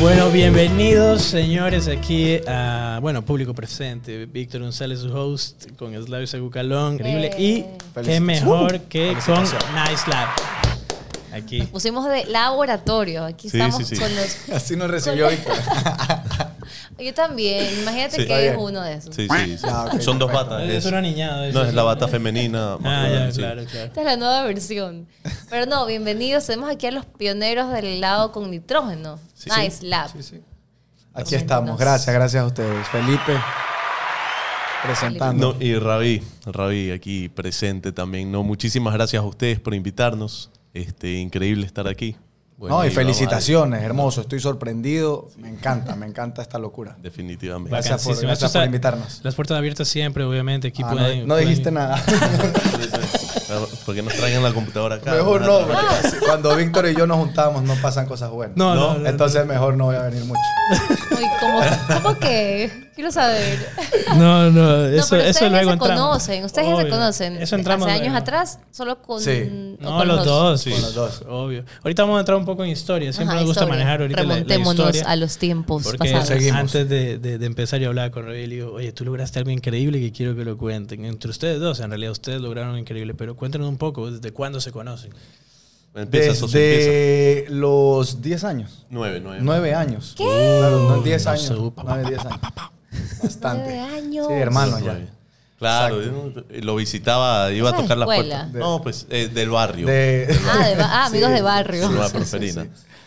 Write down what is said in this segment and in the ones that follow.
Bueno, bienvenidos señores aquí a, público presente. Víctor González, su host, con Slavio Sagucalón, increíble. Y qué mejor que con Nice Lab. Aquí. Nos pusimos de laboratorio. Aquí estamos con los... Así nos recibió Víctor. Yo también. Imagínate que es uno de esos. Sí. Okay. Son dos batas. Es una niñada. No, es la bata femenina. Claro. Esta es la nueva versión. Pero no, bienvenidos. Tenemos aquí a los pioneros del helado con nitrógeno. Nice Lab. Sí. Aquí estamos. Gracias a ustedes. Felipe, presentando. No, y Ravi aquí presente también. No, muchísimas gracias a ustedes por invitarnos. Increíble estar aquí. Bueno, no, y felicitaciones, hermoso. Estoy sorprendido. Me encanta esta locura. Definitivamente. Gracias por invitarnos. Las puertas abiertas siempre, obviamente. Aquí no dijiste nada. Porque nos traigan la computadora acá. Mejor no, porque cuando Víctor y yo nos juntamos no pasan cosas buenas. No. Entonces mejor no voy a venir mucho. Uy, ¿cómo qué? Quiero saber. No, eso luego entramos. Ustedes ya se conocen. Eso entramos. Hace años atrás, solo con... Sí. Con los dos. Sí. Con los dos. Obvio. Ahorita vamos a entrar un poco en historia. Siempre nos gusta manejar ahorita la historia. A los tiempos porque pasados. Antes de empezar yo hablaba con Ravi y le digo, oye, tú lograste algo increíble que quiero que lo cuenten. Entre ustedes dos, en realidad ustedes lograron algo increíble, pero cuéntanos un poco, ¿desde cuándo se conocen? Desde los 10 años. 9 años. ¿Qué? Claro, no 10 años. 9, 10 años. Bastante. 9 años. Sí, hermanos ya. Claro, lo visitaba, iba a tocar las puertas. No, pues del barrio. Amigos de barrio. Nueva Proferina.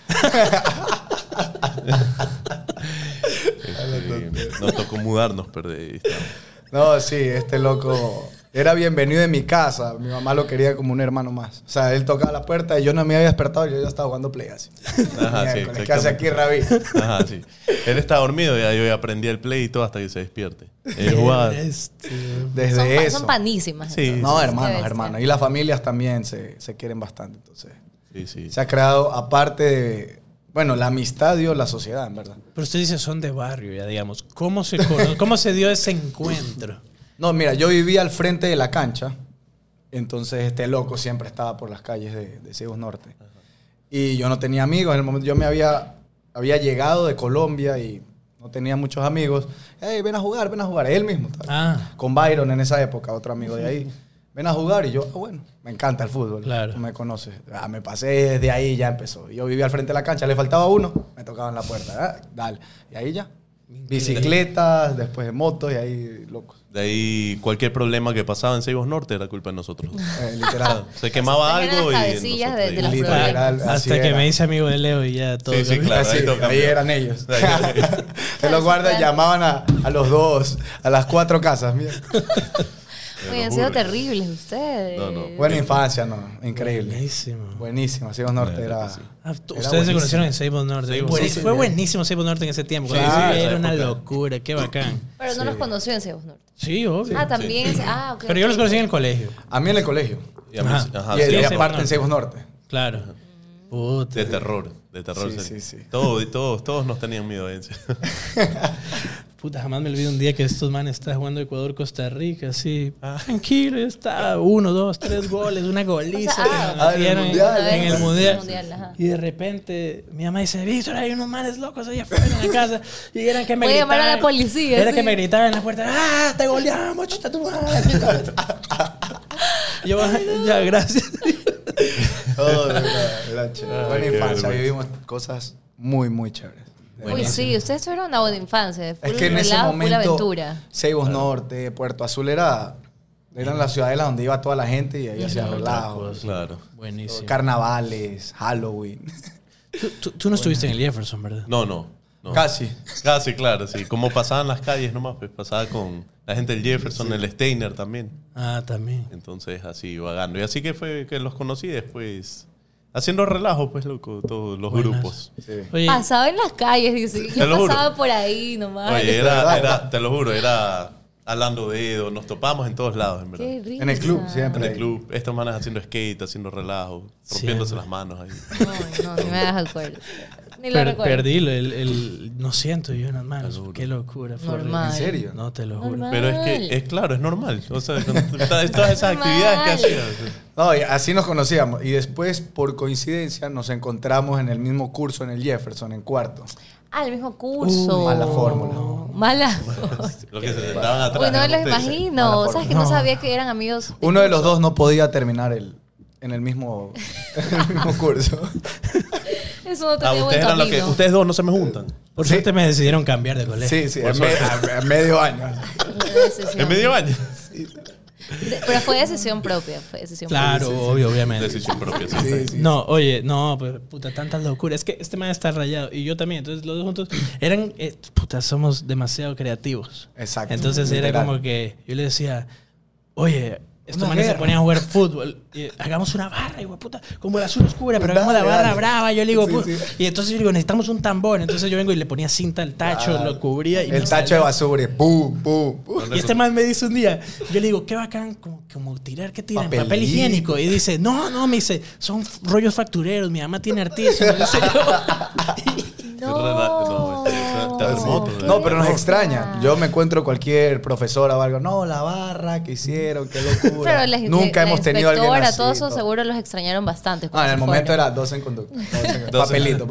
Nos tocó mudarnos, pero ahí estamos. No, sí, este loco era bienvenido en mi casa. Mi mamá lo quería como un hermano más. O sea, él tocaba la puerta y yo no me había despertado y yo ya estaba jugando play así. Ajá, sí. ¿Qué hace aquí, Ravi? Ajá, sí. Él estaba dormido y yo aprendí el play y todo hasta que se despierte. Jugaba. Desde eso. Son panísimas. Sí. No, hermanos. Y las familias también se quieren bastante. Entonces, sí. Se ha creado, aparte de... Bueno, la amistad dio la sociedad, en verdad. Pero usted dice son de barrio, ya digamos. ¿Cómo se dio ese encuentro? No, mira, yo vivía al frente de la cancha. Entonces este loco siempre estaba por las calles de Ciegos Norte. Ajá. Y yo no tenía amigos. En el momento yo me había llegado de Colombia y no tenía muchos amigos. Hey, ven a jugar. Él mismo. Con Byron en esa época, otro amigo de ahí. Ven a jugar y yo, bueno, me encanta el fútbol. Claro. Tú me conoces. Me pasé desde ahí, ya empezó. Yo vivía al frente de la cancha, le faltaba uno, me tocaba en la puerta. Dale. Y ahí ya. Bicicletas, después de motos y ahí locos. De ahí cualquier problema que pasaba en Ciegos Norte era culpa de nosotros. Literal. Se quemaba algo y cabecillas de los literal, hasta que me hice amigo de Leo y ya todo. Sí, claro. Ahí eran ellos. Que los guardas llamaban a los dos, a las 4 casas. Mira. Oye, han sido terribles ustedes. No. Buena infancia, ¿no? Increíble. Buenísimo. Ciegos Norte era... Ustedes se conocieron en Ciegos Norte. Fue buenísimo Ciegos Norte en ese tiempo. Claro, era una locura, qué bacán. Pero no los conoció en Ciegos Norte. Sí, obvio. También. Ok. Pero yo los conocí en el colegio. A mí en el colegio. Y aparte en Ciegos Norte. Claro. Puta. De terror. Sí. Todos nos tenían miedo de eso. Puta, jamás me olvido un día que estos manes estaban jugando Ecuador-Costa Rica, así, tranquilo, ya está, 1, 2, 3 goles, una goliza que nos metieron en el mundial. Y de repente mi mamá dice, Víctor, hay unos manes locos allá afuera en la casa. Y eran que me gritaban. Voy a llamar a la policía. Era que me gritaban en la puerta, te goleamos, chuta tu madre. Y yo, ya, gracias. Buena infancia, vivimos cosas muy, muy chéveres. Uy, sí, ustedes tuvieron una buena infancia. Es que en ese momento, aventura. Ciegos Norte, Puerto Azul eran las ciudadelas donde iba toda la gente y ahí hacía relajos. Claro. Buenísimo. Carnavales, Halloween. Tú no estuviste en el Jefferson, ¿verdad? No. Casi, claro, sí. Como pasaban las calles nomás, pues pasaba con la gente del Jefferson, el Steiner también. También. Entonces así vagando. Y así que fue que los conocí después. Haciendo relajo, pues, loco, todos los grupos. Sí. Oye, pasaba en las calles, dice. Yo pasaba por ahí nomás. Oye, te lo juro, era alando dedos, nos topamos en todos lados, en verdad. Qué risa. En el club, siempre. En el club, estos manes haciendo skate, haciendo relajo, rompiéndose las manos ahí. No, ni me hagas acuerdo. Ni lo recuerdo. Perdí no siento yo en las manos. Qué locura. Normal. ¿En serio? No te lo juro. Normal. Pero es claro, es normal. O sea, todas esas actividades que hacías. No, y así nos conocíamos. Y después, por coincidencia, nos encontramos en el mismo curso en el Jefferson, en cuarto. Ah, el mismo curso. Mala fórmula. Mala. Lo que se sentaban atrás. Uy, no me lo ustedes. imagino. ¿Sabes que no sabía que eran amigos? Uno de los dos no podía terminar en el mismo curso. Eso no tenía buen ustedes eran los que, camino. ustedes dos no se me juntan. Por suerte me decidieron cambiar de colegio. Sí, en medio año. En medio año. Pero fue decisión propia. Fue decisión Claro, propia. obviamente. Decisión propia. Sí. Sí. No, oye, no, pero puta, tantas locuras. Es que este man está rayado y yo también. Entonces los dos juntos eran, puta, somos demasiado creativos. Exacto. Entonces era Literal. como que yo le decía, oye, estos Una manes se guerra. ponían a jugar fútbol. Y hagamos una barra, hijo de puta, como la azul oscura, pero hagamos la Dale, barra dale. brava. Yo le digo, Sí, "Pu-". sí. Y entonces yo digo, necesitamos un tambor. Entonces yo vengo y le ponía cinta al tacho, lo cubría. Y El me tacho de salía. basura. Y ¡pum, pum, pum! Y este man me dice un día, yo le digo, qué bacán, como tirar, ¿qué tiran? Papel Papel higiénico. Y dice, no, me dice, son rollos factureros, mi mamá tiene artista. Me dice No. Terremoto. No, pero nos extraña. Yo me encuentro cualquier profesora o algo. No, la barra que hicieron, qué locura. Pero Nunca hemos tenido a alguien Ahora así. todo eso todo. seguro los extrañaron bastante. Ah, en el cuando se momento fueron. era 12 en conducta. Dos Papelito.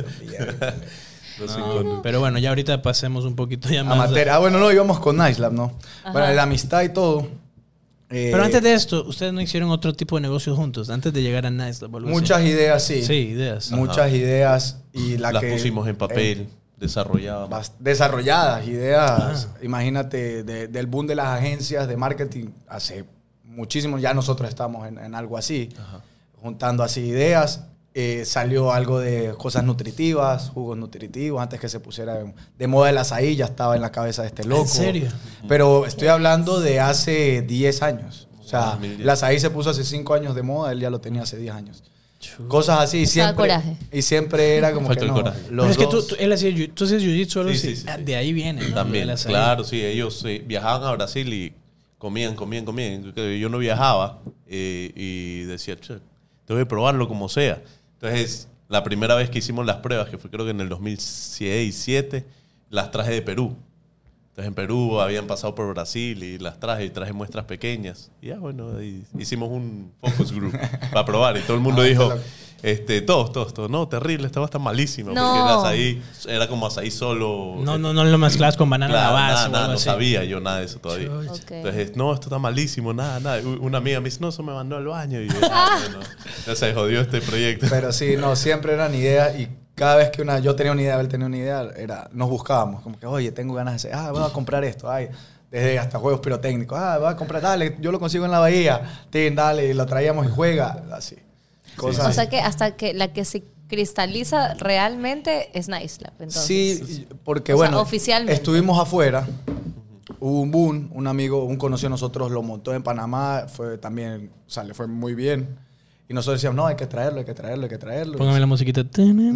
No, pero bueno, ya ahorita pasemos un poquito ya más. Amateur. Ah, bueno, no, íbamos con Nice Lab, ¿no? Bueno, la amistad y todo. Pero antes de esto, ¿ustedes no hicieron otro tipo de negocios juntos? Antes de llegar a Nice Lab, o algo así? Muchas ideas, sí. Sí, ideas. Muchas ideas. Y Las pusimos en papel, desarrollábamos. Desarrolladas, ideas. Imagínate, del boom de las agencias de marketing hace muchísimo. Ya nosotros estamos en algo así. Juntando así ideas. Salió algo de cosas nutritivas, jugos nutritivos, antes que se pusiera de moda el azaí, ya estaba en la cabeza de este loco. ¿En serio? Pero estoy hablando de hace 10 años. O sea, 2010. el azaí se puso hace 5 años de moda, él ya lo tenía hace 10 años. Cosas así, y Faltaba siempre, coraje. y siempre era como Falta que el no. coraje. Los Pero es que dos- él hacía, tú hacías jiu-jitsu o algo Sí, así. sí, sí. De ahí viene, ¿no? También, El azaí. claro, sí, ellos viajaban a Brasil y comían. Yo no viajaba y decía, "Che, tengo que probarlo como sea". Entonces, la primera vez que hicimos las pruebas, que fue creo que en el 2006-2007, las traje de Perú. Entonces en Perú habían pasado por Brasil y las traje muestras pequeñas. Y ya, bueno, ahí hicimos un focus group para probar. Y todo el mundo dijo, todos, no, terrible, esta va a estar malísima. No. Porque el azaí era como azaí solo. No lo mezclabas con banana Claro, a la base. nada, o algo no así. sabía yo nada de eso todavía. Chuch. Ok. Entonces, no, esto está malísimo, nada. Una amiga me dice, no, eso me mandó al baño. Y yo, bueno, ya se jodió este proyecto. Pero sí, no, siempre eran ideas y cada vez que yo tenía una idea, él tenía una idea, nos buscábamos. Como que, oye, tengo ganas de hacer, voy a comprar esto, desde hasta juegos pirotécnicos, voy a comprar, dale, yo lo consigo en la bahía, dale, y lo traíamos y juega, así. Cosas O así. sea que hasta que la que se cristaliza realmente es Nice Lab, entonces. Sí, porque O sea, bueno, oficialmente. estuvimos afuera, hubo un boom, un amigo, un conocido de nosotros lo montó en Panamá, fue también, o sea, le fue muy bien. Y nosotros decíamos, no, hay que traerlo. Póngame la musiquita.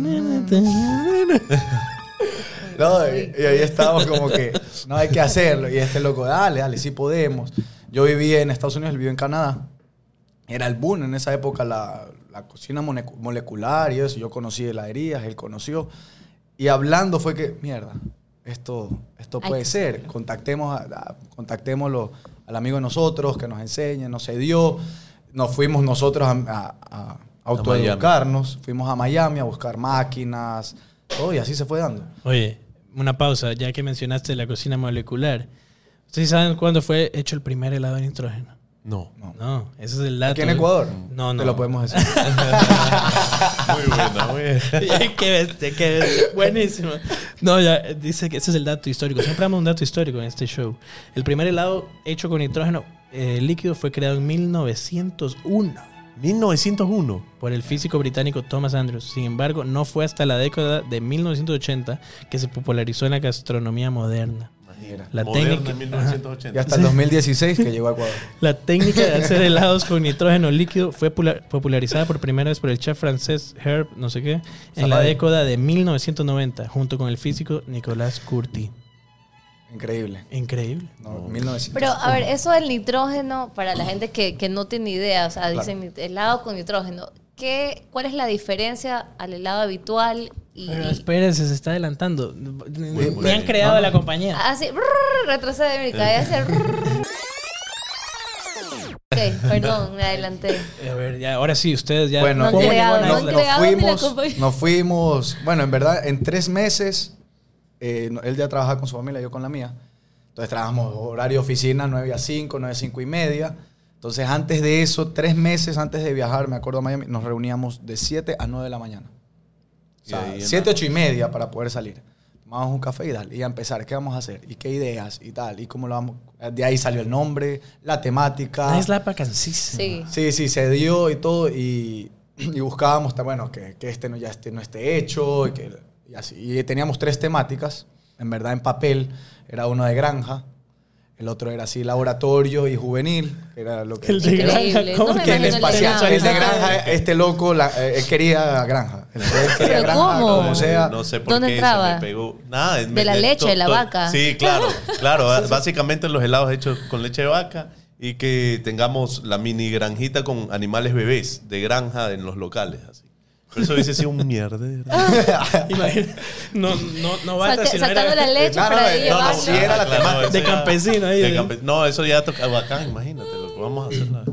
No, y ahí estábamos como que, no, hay que hacerlo. Y este loco, dale, sí podemos. Yo vivía en Estados Unidos, él vivió en Canadá. Era el boom en esa época, la cocina molecular y eso. Yo conocí heladerías, él conoció. Y hablando fue que, mierda, esto puede ser. Contactémoslo al amigo de nosotros que nos enseñe, no se dio. Nos fuimos nosotros a autoeducarnos. Fuimos a Miami a buscar máquinas. Todo, y así se fue dando. Oye, una pausa, ya que mencionaste la cocina molecular. ¿Ustedes saben cuándo fue hecho el primer helado de nitrógeno? No. No, ese es el dato. ¿Aquí en Ecuador? No. Te lo podemos decir. Muy buena, muy bien. qué bestia. Buenísimo. No, ya dice que ese es el dato histórico. Siempre damos un dato histórico en este show. El primer helado hecho con nitrógeno líquido fue creado en 1901 1901. por el físico británico Thomas Andrews. Sin embargo, no fue hasta la década de 1980 que se popularizó en la gastronomía moderna. La Moderna técnica, en 1980. Y hasta el 2016 que llegó a Ecuador. La técnica de hacer helados con nitrógeno líquido fue popularizada por primera vez por el chef francés Herb, no sé qué, en la Zapadi. década de 1990, junto con el físico Nicolas Curti. Increíble. Increíble. No, 1900. Pero, a ver, eso del nitrógeno, para la gente que no tiene idea, o sea, dicen helado con nitrógeno, ¿cuál es la diferencia al helado habitual? Pero espérense, se está adelantando. Me bueno. han creado la compañía. Así, retrocede mi cabeza. Ok, perdón, me adelanté. A ver, ya, ahora sí, ustedes ya... Bueno, No han ¿Cómo creado, llegó a no la han isla? creado ni la compañía. nos fuimos, bueno, en verdad, en 3 meses Él ya trabajaba con su familia, yo con la mía. Entonces trabajamos horario de oficina 9 a 5, 9 a 5 y media. Entonces antes de eso, 3 meses antes de viajar, me acuerdo a Miami, nos reuníamos de 7 a 9 de la mañana. O sea, 7, 8 y media para poder salir. Tomábamos un café y tal, y a empezar, ¿qué vamos a hacer? ¿Y qué ideas? Y tal, y cómo lo vamos... De ahí salió el nombre, la temática. Es la vacancísima. Sí. Sí, se dio y todo, y buscábamos, bueno, que este no esté hecho, y así. Y teníamos 3 temáticas, en verdad en papel, era uno de granja, el otro era así laboratorio y juvenil, era lo que... El de granja, ¿cómo que el espacial, el de granja, este loco, él quería granja. Él quería granja, ¿cómo? como sea. No sé por ¿Dónde qué entraba? se me pegó. Nada, De la leche, de la vaca. Sí, claro. Básicamente los helados hechos con leche de vaca y que tengamos la mini granjita con animales bebés de granja en los locales, así. Pero eso hubiese sido un mierdero. Imagínate. No bata si no sacando era la leche para llevar. Sí, era la temática. de campesino ahí. No, eso ya toca bacán, imagínate lo que vamos a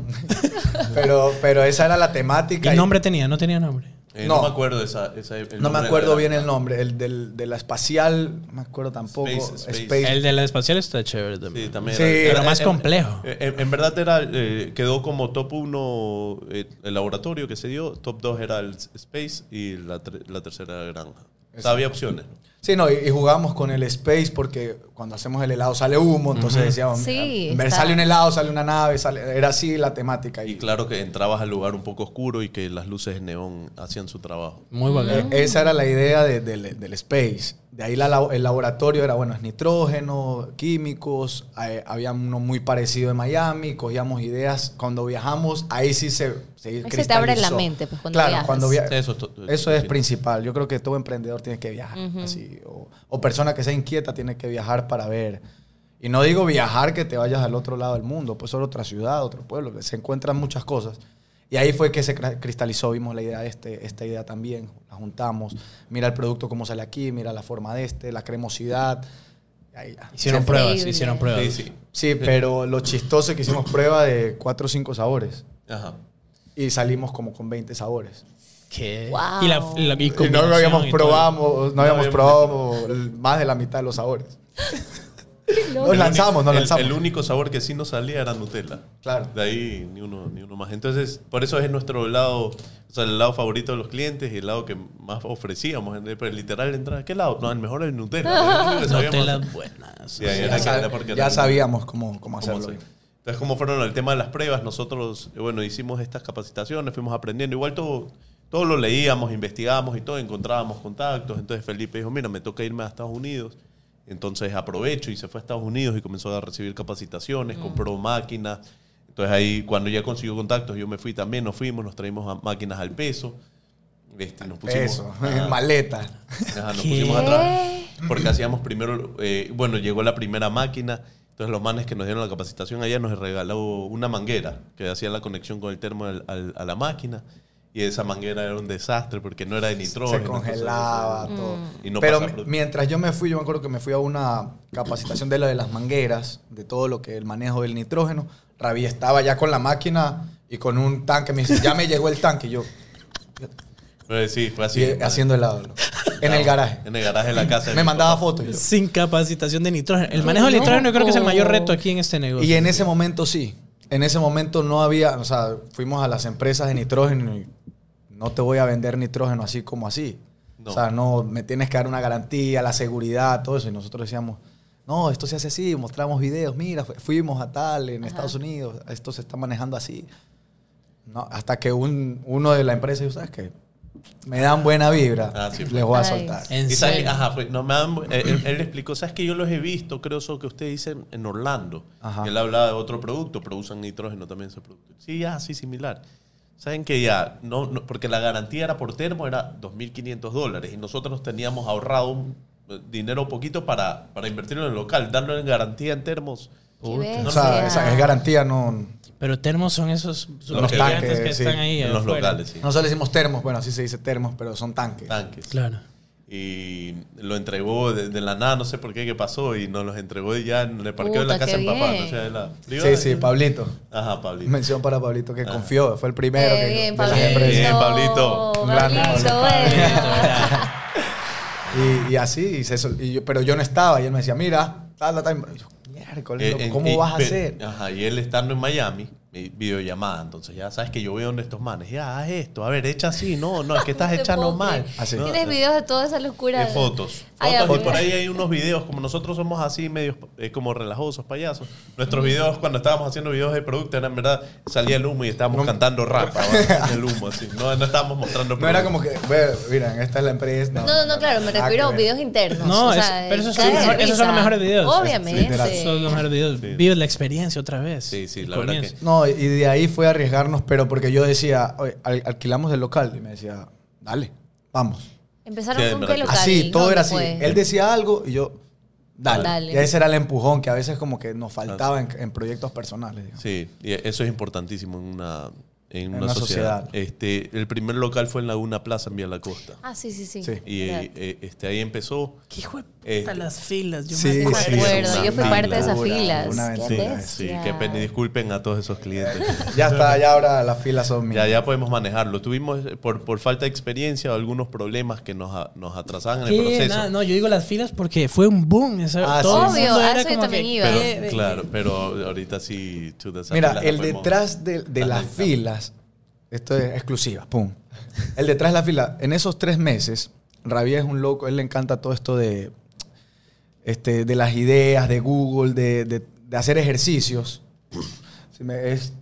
hacer. Pero esa era la temática. ¿Qué nombre tenía? No tenía nombre. No me acuerdo no me acuerdo bien el nombre. El de la espacial, no me acuerdo tampoco. Space. El de la espacial está chévere también. Sí, también Sí, pero más complejo. En verdad quedó como top 1 el laboratorio que se dio, top 2 era el Space y la tercera era granja. O sea, había opciones. Sí, no, y jugábamos con el Space porque cuando hacemos el helado sale humo, entonces decíamos, Sí, sale un helado, sale una nave, era así la temática. Y claro que entrabas al lugar un poco oscuro y que las luces de neón hacían su trabajo. Muy bacán. Esa era la idea del Space. De ahí el laboratorio era, bueno, es nitrógeno, químicos, había uno muy parecido en Miami, cogíamos ideas. Cuando viajamos, ahí sí se cristalizó. Se te abre la mente, pues, cuando claro, viajas. cuando eso es sí. principal. Yo creo que todo emprendedor tiene que viajar. Así, o persona que sea inquieta tiene que viajar para ver. Y no digo viajar que te vayas al otro lado del mundo, pues solo otra ciudad, otro pueblo, que se encuentran muchas cosas. Y ahí fue que se cristalizó, vimos la idea esta idea también, la juntamos, mira el producto cómo sale aquí, mira la forma de la cremosidad. Ahí ya. Hicieron pruebas. Sí, pero lo chistoso es que hicimos prueba de 4 o 5 sabores. Ajá. Y salimos como con 20 sabores. ¿Qué? Wow. Y no habíamos probado más de la mitad de los sabores. Nos lanzamos. El único sabor que sí nos salía era Nutella. Claro. De ahí ni uno más. Entonces, por eso es nuestro helado, o sea, el helado favorito de los clientes y el helado que más ofrecíamos. Pero literal, entrada, ¿qué helado? No, el mejor es el Nutella. Nutella buenas. Ya sabíamos cómo hacerlo. Entonces, ¿cómo fueron el tema de las pruebas? Nosotros, bueno, hicimos estas capacitaciones, fuimos aprendiendo. Igual todo lo leíamos, investigábamos y todo, encontrábamos contactos. Entonces Felipe dijo, mira, me toca irme a Estados Unidos. Entonces aprovecho y se fue a Estados Unidos y comenzó a recibir capacitaciones, compró máquinas. Entonces ahí cuando ya consiguió contactos yo me fui también, nos traímos máquinas al peso. Nos pusimos maleta. Nos pusimos atrás porque hacíamos primero, llegó la primera máquina. Entonces los manes que nos dieron la capacitación allá nos regaló una manguera que hacía la conexión con el termo a la máquina. Y esa manguera era un desastre porque no era de nitrógeno. Se congelaba todo. Y no pero mientras yo me fui, yo me acuerdo que me fui a una capacitación de lo de las mangueras, de todo lo que el manejo del nitrógeno. Ravi estaba ya con la máquina y con un tanque. Me dice, ya me llegó el tanque. Y yo... Pues sí, fue así. Haciendo helado. En el garaje. En el garaje de la casa. Me mandaba fotos. Sin capacitación de nitrógeno. El manejo del nitrógeno yo creo que es el mayor reto aquí en este negocio. Y en ese momento sí. En ese momento no había... O sea, fuimos a las empresas de nitrógeno y no te voy a vender nitrógeno así como así. No. O sea, no, me tienes que dar una garantía, la seguridad, todo eso. Y nosotros decíamos, no, esto se hace así. Mostramos videos. Mira, fuimos a tal en Estados Unidos. Esto se está manejando así. No, hasta que uno de la empresa dijo, ¿sabes qué? Me dan buena vibra, les voy a soltar. ¿En serio? Él explicó, ¿sabes que yo los he visto? Creo eso que usted dice en Orlando. Él hablaba de otro producto, pero usan nitrógeno también ese producto. Sí, sí, similar. Saben que ya, porque la garantía era por termo, era $2,500 y nosotros teníamos ahorrado un dinero poquito para invertirlo en el local, darlo en garantía en termos. Esa es garantía, no... Pero termos son esos los tanques que están ahí en los locales, sí. Nosotros le decimos termos, bueno, así se dice termos, pero son tanques. Tanques. Claro. Y lo entregó de la nada, no sé por qué entregó y nos los entregó ya en el parqueo de la casa del papá. No sé, de la privada. Sí, Pablito. Ajá, Pablito. Mención para Pablito que confió, fue el primero que bien, de las empresas. Bien, Pablito. Un grande Pablito. Y así, pero yo no estaba. Y él me decía, mira, tal. Y yo, miércoles, ¿cómo vas a hacer? Ajá, y él estando en Miami, videollamada. Entonces ya sabes que yo veo donde estos manes. Ya, haz esto. A ver, echa así. No, es que estás echando mal. Así. ¿Tienes videos de toda esa locura? De fotos. Y por ahí hay unos videos, como nosotros somos así, medios como relajosos, payasos. Nuestros videos, cuando estábamos haciendo videos de producto, eran en verdad, salía el humo y estábamos cantando rap en el humo, así. No estábamos mostrando producto. No era como que, miren, esta es la empresa. No, claro, me refiero a videos internos. No, pero esos son los mejores videos. Obviamente. Esos son los mejores videos. Sí. Vives la experiencia otra vez. Sí, la verdad que... No, y de ahí fue a arriesgarnos, pero porque yo decía, oye, alquilamos el local. Y me decía, dale, vamos. ¿Empezaron con qué local? Así, todo era así. Él decía algo y yo, dale. Y ese era el empujón que a veces como que nos faltaba en proyectos personales. Digamos. Sí, y eso es importantísimo en una sociedad. El primer local fue en Laguna Plaza, en Vía La Costa. Sí. Y ahí empezó. ¿Qué hijo de puta las filas? Yo me acuerdo. Yo fui parte de esas filas. Una aventura. Sí, qué pena. Disculpen a todos esos clientes. Ya ahora las filas son mías. Ya podemos manejarlo. Tuvimos, por falta de experiencia, algunos problemas que nos atrasaban en el proceso. No, yo digo las filas porque fue un boom. Todo obvio, a eso yo también iba. Claro, pero ahorita sí... Mira, el detrás de las filas, esto es exclusiva, pum. El detrás de la fila, en esos 3 meses, Rabier es un loco, él le encanta todo esto de las ideas, de Google, de hacer ejercicios. Se me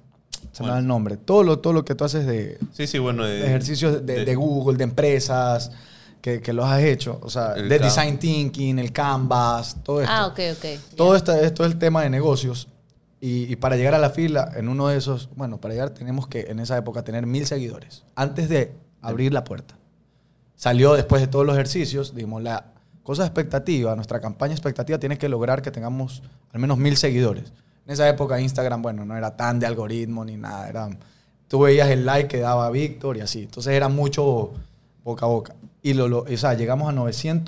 da el nombre. Todo lo que tú haces de ejercicios de Google, de empresas, que los has hecho. O sea, de design thinking, el Canvas, todo esto. Ok. Todo esto es el tema de negocios. Y para llegar a la fila, en uno de esos, para llegar tenemos que en esa época tener 1000 seguidores. Antes de abrir la puerta. Salió después de todos los ejercicios, digamos, la cosa expectativa, nuestra campaña expectativa tiene que lograr que tengamos al menos 1000 seguidores. En esa época Instagram, no era tan de algoritmo ni nada. Tú veías el like que daba Víctor y así. Entonces era mucho boca a boca. Y llegamos a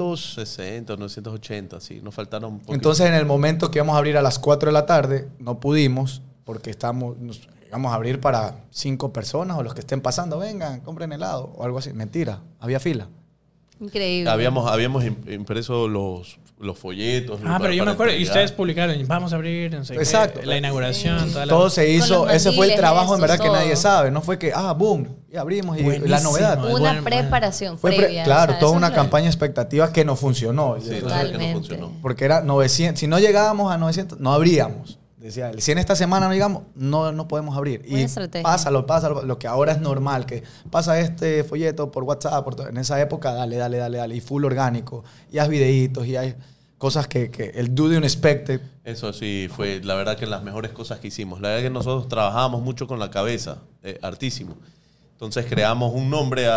960, 980, sí. Nos faltaron un poquito. Entonces, en el momento que íbamos a abrir a las 4 de la tarde, no pudimos porque íbamos a abrir para 5 personas o los que estén pasando, vengan, compren helado o algo así. Mentira, había fila. Increíble. Habíamos impreso los folletos. Pero yo me acuerdo. Y ustedes publicaron, vamos a abrir, no sé. Exacto. La inauguración. Todo se hizo. Ese fue el trabajo, en verdad, que nadie sabe. No fue que, boom, y abrimos. Y la novedad. Una preparación previa. Claro, toda una campaña expectativa que no funcionó. Sí, totalmente. Que no funcionó. Porque era 900. Si no llegábamos a 900, no abríamos. Decía, si en esta semana no llegamos, no podemos abrir. Y pásalo, lo que ahora es normal, que pasa este folleto por WhatsApp, en esa época, dale, y full orgánico, y haz videitos, y hay cosas que el do the unexpected. Eso sí, fue la verdad que las mejores cosas que hicimos. La verdad que nosotros trabajábamos mucho con la cabeza, hartísimo. Entonces creamos un nombre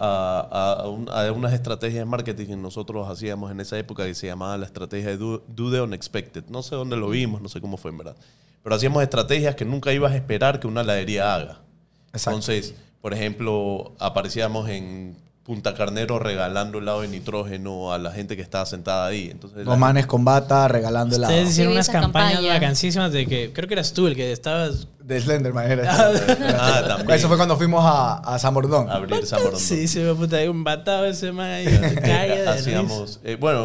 a unas estrategias de marketing que nosotros hacíamos en esa época que se llamaba la estrategia de do the unexpected. No sé dónde lo vimos, no sé cómo fue en verdad. Pero hacíamos estrategias que nunca ibas a esperar que una heladería haga. Exacto. Entonces, por ejemplo, aparecíamos en Punta Carnero regalando helado de nitrógeno a la gente que estaba sentada ahí. Entonces, los manes con bata regalando helado. Ustedes hicieron unas campañas vacancísimas de que creo que eras tú el que estabas... De Slenderman era. También. Eso fue cuando fuimos a San Bordón. A abrir San Bordón. Sí, puta, hay un batado ese man ahí. Hacíamos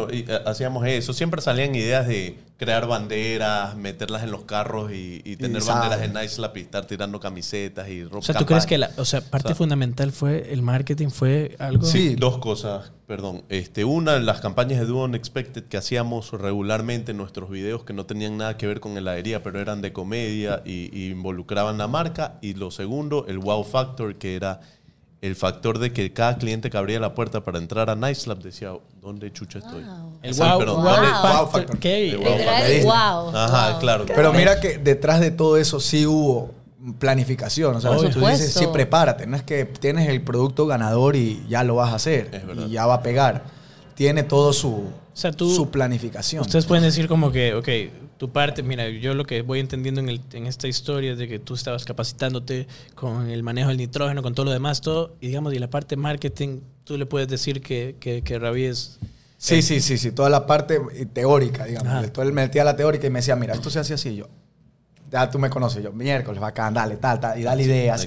eso. Siempre salían ideas de crear banderas, meterlas en los carros y tener banderas en Nicelap y estar tirando camisetas y ropa. O sea, ¿tú crees que parte fundamental fue el marketing? ¿Fue algo? Sí, 2 cosas. Perdón. Una, las campañas de Do Unexpected que hacíamos regularmente en nuestros videos que no tenían nada que ver con heladería, pero eran de comedia y involucraban la marca. Y lo segundo, el wow factor, que era el factor de que cada cliente que abría la puerta para entrar a Nicelap decía, ¿dónde chucha estoy? El wow factor. Wow. Ajá, claro. Pero mira que detrás de todo eso sí hubo planificación. O sea, tú dices, sí, prepárate. No es que tienes el producto ganador y ya lo vas a hacer y ya va a pegar. Tiene todo su planificación. Ustedes pueden decir como que, ok, tu parte, mira, yo lo que voy entendiendo en esta historia es de que tú estabas capacitándote con el manejo del nitrógeno, con todo lo demás, todo, y digamos, y la parte marketing, tú le puedes decir que Rabier es... Sí, toda la parte teórica, digamos. Entonces él me metía la teórica y me decía, mira, esto se hace así. Yo, ya tú me conoces, yo, miércoles, bacán, dale, tal, y dale ideas.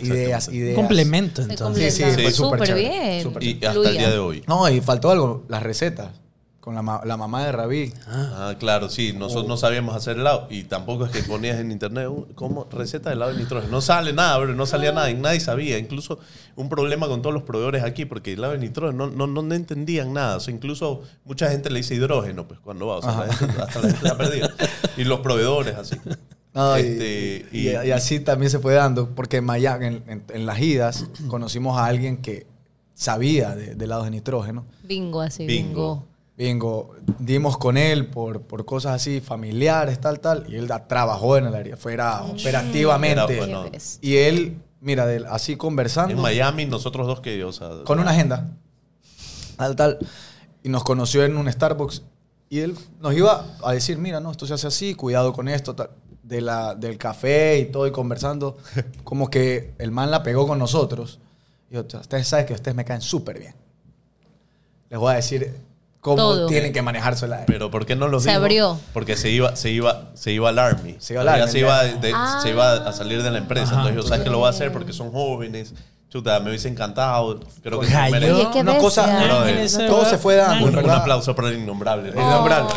Complemento, entonces. Sí, fue súper bien. Y hasta el día de hoy. No, y faltó algo, las recetas. con la mamá de Rabí. Ah, claro, sí. Nosotros no sabíamos hacer helado. Y tampoco es que ponías en internet como receta de helado de nitrógeno. No sale nada, bro. No salía nada. Y nadie sabía. Incluso un problema con todos los proveedores aquí, porque el helado de nitrógeno no entendían nada. O sea, incluso mucha gente le dice hidrógeno, pues cuando va. O sea, hasta la gente la ha perdido. Y los proveedores, así. No, y así también se fue dando, porque en Miami, en las idas, conocimos a alguien que sabía de helados de nitrógeno. Bingo, así, bingo. Dimos con él por cosas así familiares, tal, y él trabajó en el área, fuera operativamente. Y él, mira, así conversando. En Miami, nosotros dos con una agenda, tal, y nos conoció en un Starbucks, y él nos iba a decir, mira, no, esto se hace así, cuidado con esto, tal, del café y todo, y conversando, como que el man la pegó con nosotros. Y yo, ustedes saben que ustedes me caen súper bien. Les voy a decir cómo tienen que manejar su helado. Pero ¿por qué no los dijo? Se abrió. Porque se iba al Army. Se iba a salir de la empresa. Entonces yo, ¿sabes que lo voy a hacer? Porque son jóvenes. Chuta, me hubiese encantado. Creo que una cosa, todo se fue dando. Un aplauso para el innombrable. Innombrable.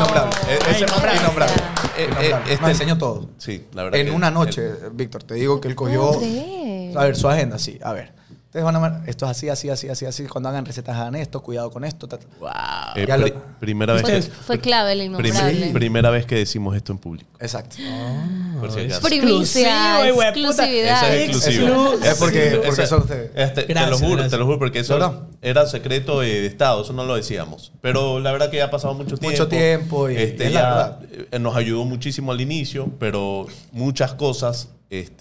Me enseñó todo. Sí, la verdad. En una noche, Víctor, te digo que él cogió. A ver, su agenda, sí. A ver. Ustedes van a ver, esto es así. Cuando hagan recetas, hagan esto, cuidado con esto. Wow. Primera vez fue clave el innombrable. Primera vez que decimos esto en público. Exacto. Primicia, exclusividad. Es porque son ustedes. Te lo juro, porque eso era secreto de Estado, eso no lo decíamos. Pero la verdad que ya ha pasado mucho tiempo. Y es la verdad. Nos ayudó muchísimo al inicio, pero muchas cosas,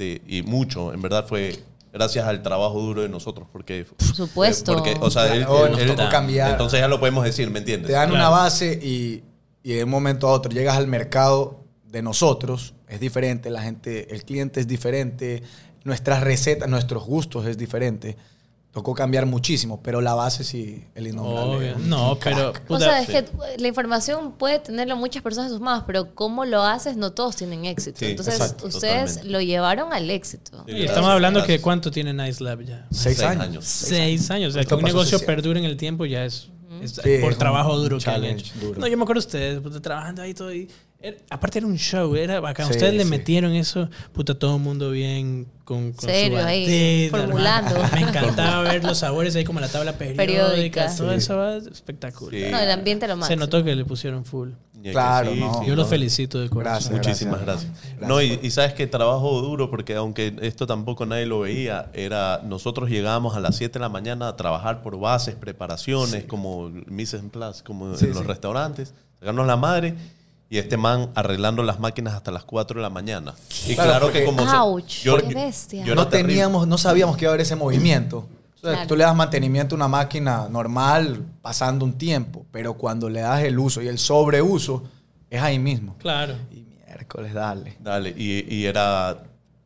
y mucho, en verdad fue gracias al trabajo duro de nosotros, porque por supuesto, porque, o sea, nos tocó cambiar. Entonces ya lo podemos decir, ¿me entiendes? Te dan una base y de un momento a otro llegas al mercado de nosotros, es diferente, la gente, el cliente es diferente, nuestras recetas, nuestros gustos es diferente. Tocó cambiar muchísimo, pero la base sí, el innombrable. No, pero... O sea, es que la información puede tenerlo muchas personas en sus manos, pero cómo lo haces, no todos tienen éxito. Sí, entonces, ustedes totalmente lo llevaron al éxito. Y estamos hablando que ¿cuánto tiene Nice Lab ya? 6 años. 6 años. O sea, que un negocio perdure en el tiempo ya es por trabajo duro que han hecho. No, yo me acuerdo de ustedes, trabajando ahí todo y... Aparte era un show, era bacán. Sí, ustedes le metieron eso, todo el mundo bien con serio, su ahí, formulando. Me encantaba ver los sabores ahí como la tabla periódica. Todo eso va espectacular. Sí. No, el ambiente lo máximo. Se notó que le pusieron full. Claro, yo los felicito de corazón. Muchísimas gracias. No, y sabes que trabajo duro, porque aunque esto tampoco nadie lo veía, nosotros llegábamos a las 7 de la mañana a trabajar por bases, preparaciones, como mise en place, como en los restaurantes, sacarnos la madre. Y este man arreglando las máquinas hasta las 4 de la mañana. Y claro que como... ¡Qué bestia! No sabíamos que iba a haber ese movimiento. O sea, tú le das mantenimiento a una máquina normal pasando un tiempo, pero cuando le das el uso y el sobreuso, es ahí mismo. Claro. Y miércoles, dale. Y era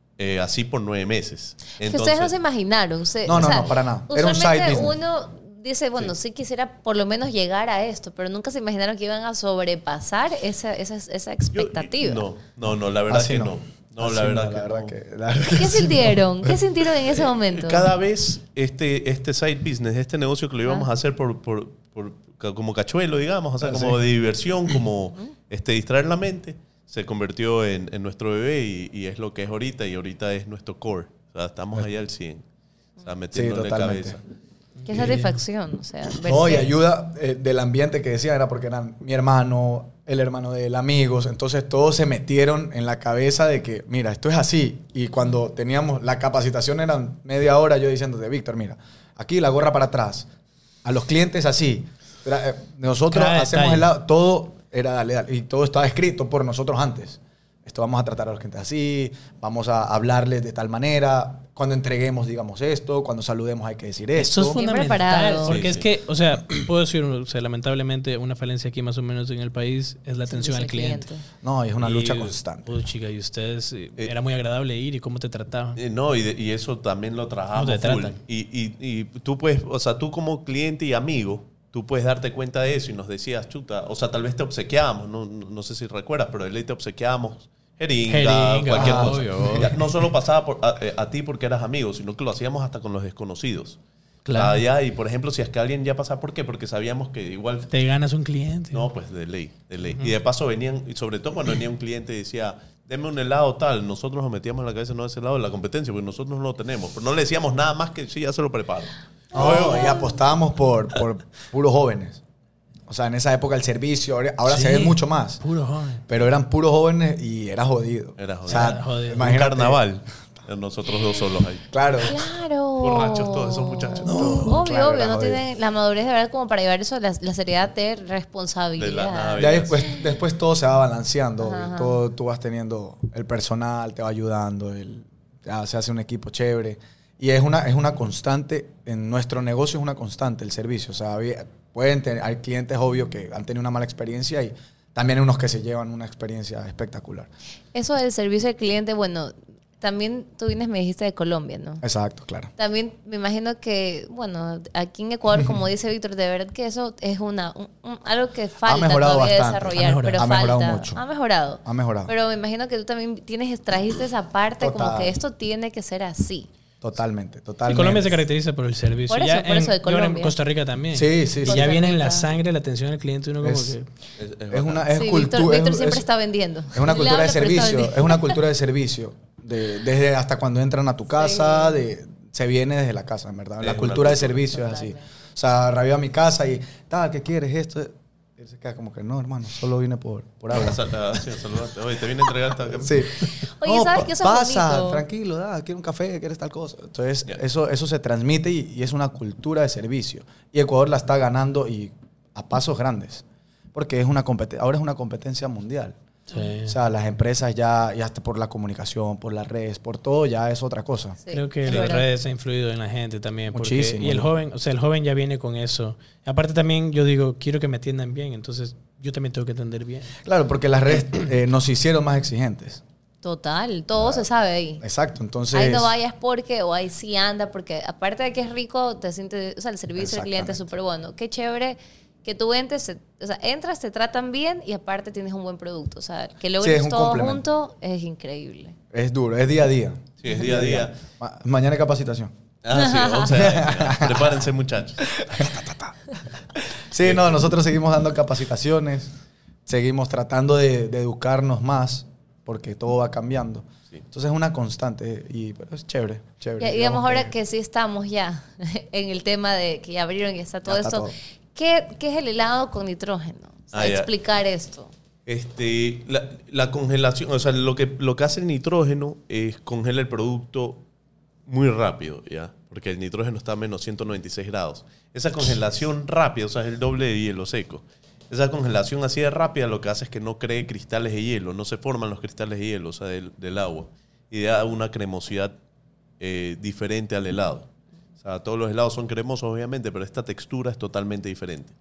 así por 9 meses. Entonces, ustedes no se imaginaron. No, para nada. Era un side business. Uno dice, bueno, sí quisiera por lo menos llegar a esto, pero nunca se imaginaron que iban a sobrepasar esa expectativa. No, la verdad que no. No, la verdad que ¿Qué sintieron? ¿Qué sintieron en ese momento? Cada vez este side business, este negocio que lo íbamos a hacer por como cachuelo, digamos, o sea, como de diversión, como distraer la mente, se convirtió en nuestro bebé y es lo que es ahorita, y ahorita es nuestro core. O sea, estamos allá al 100. O sea, metiéndole cabeza. Qué satisfacción, o sea. Y ayuda del ambiente que decían, era porque eran mi hermano, el hermano de él, amigos. Entonces todos se metieron en la cabeza de que, mira, esto es así. Y cuando teníamos la capacitación eran media hora yo diciéndote, Víctor, mira, aquí la gorra para atrás. A los clientes así. Nosotros hacemos todo era dale. Y todo estaba escrito por nosotros antes. Esto vamos a tratar a los clientes así, vamos a hablarles de tal manera, cuando entreguemos digamos esto, cuando saludemos hay que decir esto. Eso es fundamental, porque es que, o sea, puedo decir, lamentablemente una falencia aquí más o menos en el país es la atención al cliente. No, es una lucha constante. Chica, y ustedes, era muy agradable ir y cómo te trataban. No, y eso también lo trabajamos full. Y tú puedes, o sea, tú como cliente y amigo, tú puedes darte cuenta de eso y nos decías, chuta, o sea, tal vez te obsequiábamos, no sé si recuerdas, pero de ley te obsequiábamos jeringa, cualquier cosa. No solo pasaba a ti porque eras amigo, sino que lo hacíamos hasta con los desconocidos. Claro. allá. Y por ejemplo, si es que alguien ya pasa, ¿por qué? Porque sabíamos que igual... Te ganas un cliente. No, pues de ley, de ley. Y de paso venían, y sobre todo cuando venía un cliente y decía, deme un helado tal, nosotros nos metíamos en la cabeza, no, ese helado de la competencia, porque nosotros no lo tenemos. Pero no le decíamos nada más que sí, ya se lo preparo. Y apostábamos por puros jóvenes. O sea, en esa época el servicio, ahora Sí, se ve mucho más. Puro joven. Pero eran puros jóvenes y era jodido. Era jodido. O sea, Era jodido. Un imagínate. carnaval. Nosotros dos solos ahí. Claro. Claro. Borrachos todos esos muchachos. Obvio, Claro, obvio, era no jodido. tienen la madurez de verdad como para llevar eso, la seriedad de responsabilidad. De la nave. Ya después todo se va balanceando. Ajá, obvio. ajá. Todo, tú vas teniendo el personal, te va ayudando, ya se hace un equipo chévere. Y es una constante, en nuestro negocio es una constante el servicio. O sea, hay clientes, obvio, que han tenido una mala experiencia y también hay unos que se llevan una experiencia espectacular. Eso del servicio al cliente, bueno, también tú vienes, me dijiste, de Colombia, ¿no? Exacto, claro. También me imagino que, bueno, aquí en Ecuador, como dice Víctor, de verdad que eso es algo que falta mejorado todavía bastante. desarrollar, pero Ha mejorado falta. mucho. Ha mejorado. Ha mejorado. Pero me imagino que tú también trajiste esa parte como Total. que esto tiene que ser así. Totalmente. Y Colombia se caracteriza por el servicio. Por eso, por eso de yo en Colombia. Costa Rica también. Sí. Y Costa ya viene en la Rica. sangre la atención al cliente. Uno como Es- que... Es una Sí, cultura. Víctor siempre está vendiendo. Es una Le cultura de habla, pero está servicio. vendiendo. Es una cultura de servicio. Desde hasta cuando entran a tu casa, se viene desde la casa, en verdad. Es La una cultura de cultura. servicio es así. O sea, rabio a mi casa y, ¿qué quieres? Esto. Él se queda como que, no, hermano, solo vine por agua. Saludate. Oye, te viene a entregar esta camisa. Sí. Oye, ¿sabes qué? Eso es pasa, bonito. tranquilo, quiero un café, quieres tal cosa. Entonces, Ya. eso se transmite y es una cultura de servicio. Y Ecuador la está ganando y a pasos grandes. Porque ahora es una competencia mundial. Sí. O sea, las empresas ya hasta por la comunicación, por las redes, por todo, ya es otra cosa. Sí, Creo que es las verdad. redes han influido en la gente también. Muchísimo. Y el joven ya viene con eso. Aparte también yo digo, quiero que me atiendan bien. Entonces yo también tengo que atender bien. Claro, porque las redes nos hicieron más exigentes. Total, todo se sabe ahí. Exacto, entonces... Ahí no vayas porque, o ahí sí anda, porque aparte de que es rico, te sientes, o sea, el servicio al cliente es súper bueno. Qué chévere que tú entres, entras, te tratan bien y aparte tienes un buen producto. O sea, que Sí, logres es un todo complemento. junto es increíble. Es duro, es día a día. Sí, es día a día. Mañana hay capacitación. Ah, sí, 11 años. Ya. Prepárense, muchachos. Sí, no, nosotros seguimos dando capacitaciones, seguimos tratando de educarnos más, porque todo va cambiando. Sí. Entonces es una constante, pero es chévere, chévere. Y digamos ahora que sí estamos ya en el tema de que ya abrieron y está todo está esto. todo. ¿Qué es el helado con nitrógeno? O sea, Ya. explicar esto. La congelación, o sea, lo que hace el nitrógeno es congela el producto muy rápido, ¿ya? Porque el nitrógeno está a menos 196 grados. Esa congelación rápida, o sea, es el doble de hielo seco. Esa congelación así de rápida lo que hace es que no cree cristales de hielo, no se forman los cristales de hielo, o sea, del agua. Y da una cremosidad diferente al helado. O sea, todos los helados son cremosos, obviamente, pero esta textura es totalmente diferente.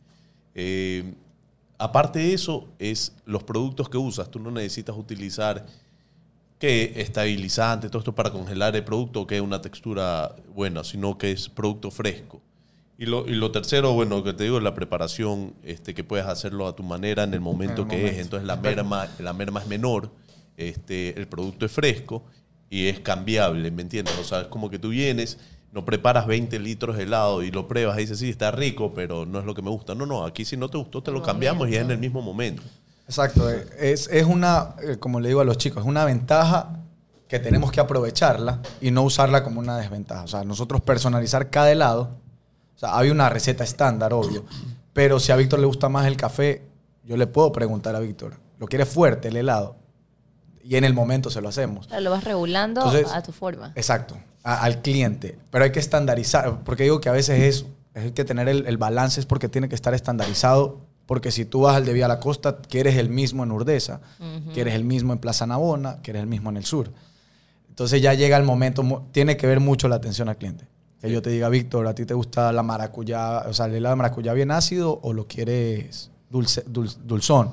Aparte de eso, es los productos que usas. Tú no necesitas utilizar que estabilizante, todo esto para congelar el producto, que es una textura buena, sino que es producto fresco. Y lo tercero, bueno, que te digo, es la preparación, que puedes hacerlo a tu manera en el momento que es. Entonces la merma es menor, el producto es fresco y es cambiable, ¿me entiendes? O sea, es como que tú vienes, no preparas 20 litros de helado y lo pruebas y dices, sí, está rico, pero no es lo que me gusta. No, aquí si no te gustó, te lo cambiamos y es en el mismo momento. Exacto, es una, como le digo a los chicos, es una ventaja que tenemos que aprovecharla y no usarla como una desventaja. O sea, nosotros personalizar cada helado, o sea, había una receta estándar, obvio, pero si a Víctor le gusta más el café, yo le puedo preguntar a Víctor, ¿lo quiere fuerte el helado? Y en el momento se lo hacemos. O sea, lo vas regulando Entonces, a tu forma. Exacto, al cliente. Pero hay que estandarizar, porque digo que a veces hay que tener el balance, es porque tiene que estar estandarizado. Porque si tú vas al de Vía La Costa, quieres el mismo en Urdesa, quieres el mismo en Plaza Navona, quieres el mismo en el sur. Entonces ya llega el momento, tiene que ver mucho la atención al cliente. Que yo te diga, Víctor, ¿a ti te gusta la maracuyá, o sea, el helado de maracuyá bien ácido o lo quieres dulzón?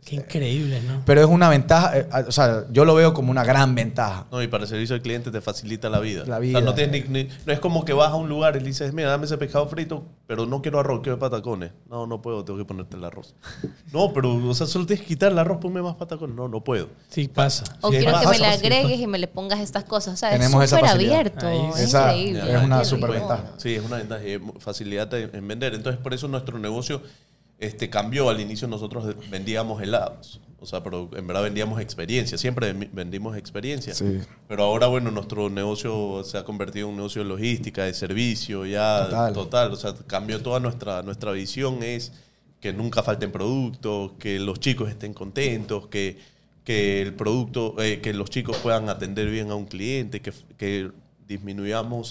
Qué increíble, ¿no? Pero es una ventaja, o sea, yo lo veo como una gran ventaja. No, y para el servicio al cliente te facilita la vida. La vida. O sea, no, tienes no es como que vas a un lugar y le dices, mira, dame ese pescado frito, pero no quiero arroz, quiero patacones. No puedo, tengo que ponerte el arroz. No, pero, o sea, solo tienes que quitar el arroz, ponme más patacones. No puedo. Sí, pasa. O Sí, quiero pasa, que me le sí, agregues y me le pongas estas cosas. O sea, Tenemos es esa súper facilidad. abierto. Ahí, Es esa increíble. es una Qué súper rico. ventaja. Sí, es una ventaja, facilidad en vender. Entonces, por eso nuestro negocio cambió. Al inicio nosotros vendíamos helados. O sea, pero en verdad vendíamos experiencia. Siempre vendimos experiencia. Sí. Pero ahora, bueno, nuestro negocio se ha convertido en un negocio de logística, de servicio, ya total. O sea, cambió toda nuestra visión. Es que nunca falten productos, que los chicos estén contentos, que el producto, que los chicos puedan atender bien a un cliente, que disminuyamos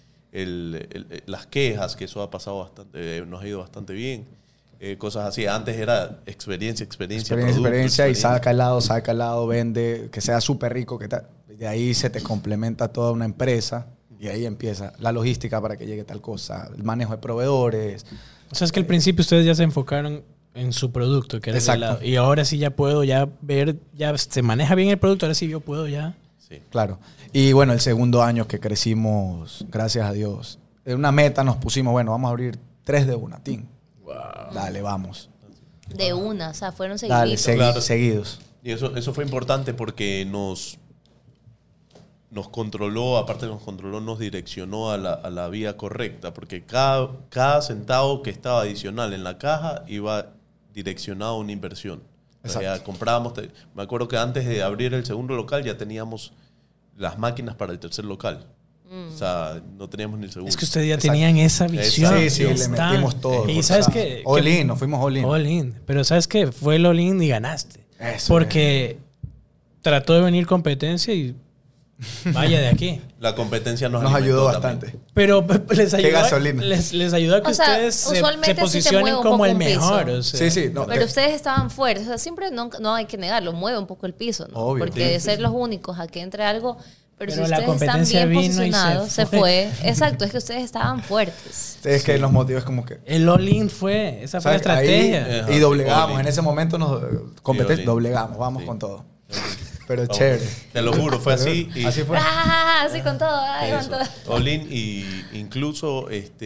las quejas, que eso ha pasado bastante, nos ha ido bastante bien. Cosas así. Antes era experiencia, y saca el lado, vende, que sea súper rico. De ahí se te complementa toda una empresa y ahí empieza la logística para que llegue tal cosa, el manejo de proveedores. O sea, es que al principio ustedes ya se enfocaron en su producto, que era el helado. Y ahora sí ya puedo ver, ya se maneja bien el producto, ahora sí yo puedo ya. Sí. Claro. Y bueno, el segundo año que crecimos, gracias a Dios, en una meta nos pusimos, bueno, vamos a abrir 3 de una, team. Wow. Dale, vamos. De una, o sea, fueron Dale, seguiditos. seguidos. Y eso fue importante porque nos controló, aparte nos direccionó a la vía correcta, porque cada centavo que estaba adicional en la caja iba direccionado a una inversión. O sea, ya comprábamos, me acuerdo que antes de abrir el segundo local ya teníamos las máquinas para el tercer local. O sea, no teníamos ni el segundo. Es que ustedes ya tenían esa visión. Sí, le metimos todo. Y sabes que all in, nos fuimos all in. All in. Pero sabes que fue el all in y ganaste. Eso porque trató de venir competencia y vaya de aquí. La competencia nos ayudó también. bastante. Pero les ayudó, ¿Qué gasolina? les ayudó a que ustedes se posicionen como el mejor. O sea. Sí. No, pero ustedes estaban fuertes. O sea, siempre no hay que negarlo. Mueve un poco el piso, ¿no? Obvio. Porque de ser los únicos a que entre algo... Pero si la ustedes competencia están bien vino y posicionados, se fue. Exacto, es que ustedes estaban fuertes. Es que los motivos como que... El all-in fue, esa fue la estrategia. Ahí, y doblegamos, en ese momento doblegamos, vamos con todo. Pero chévere. Te lo juro, fue así. Y así fue. Así con todo, con todo. All-in, y incluso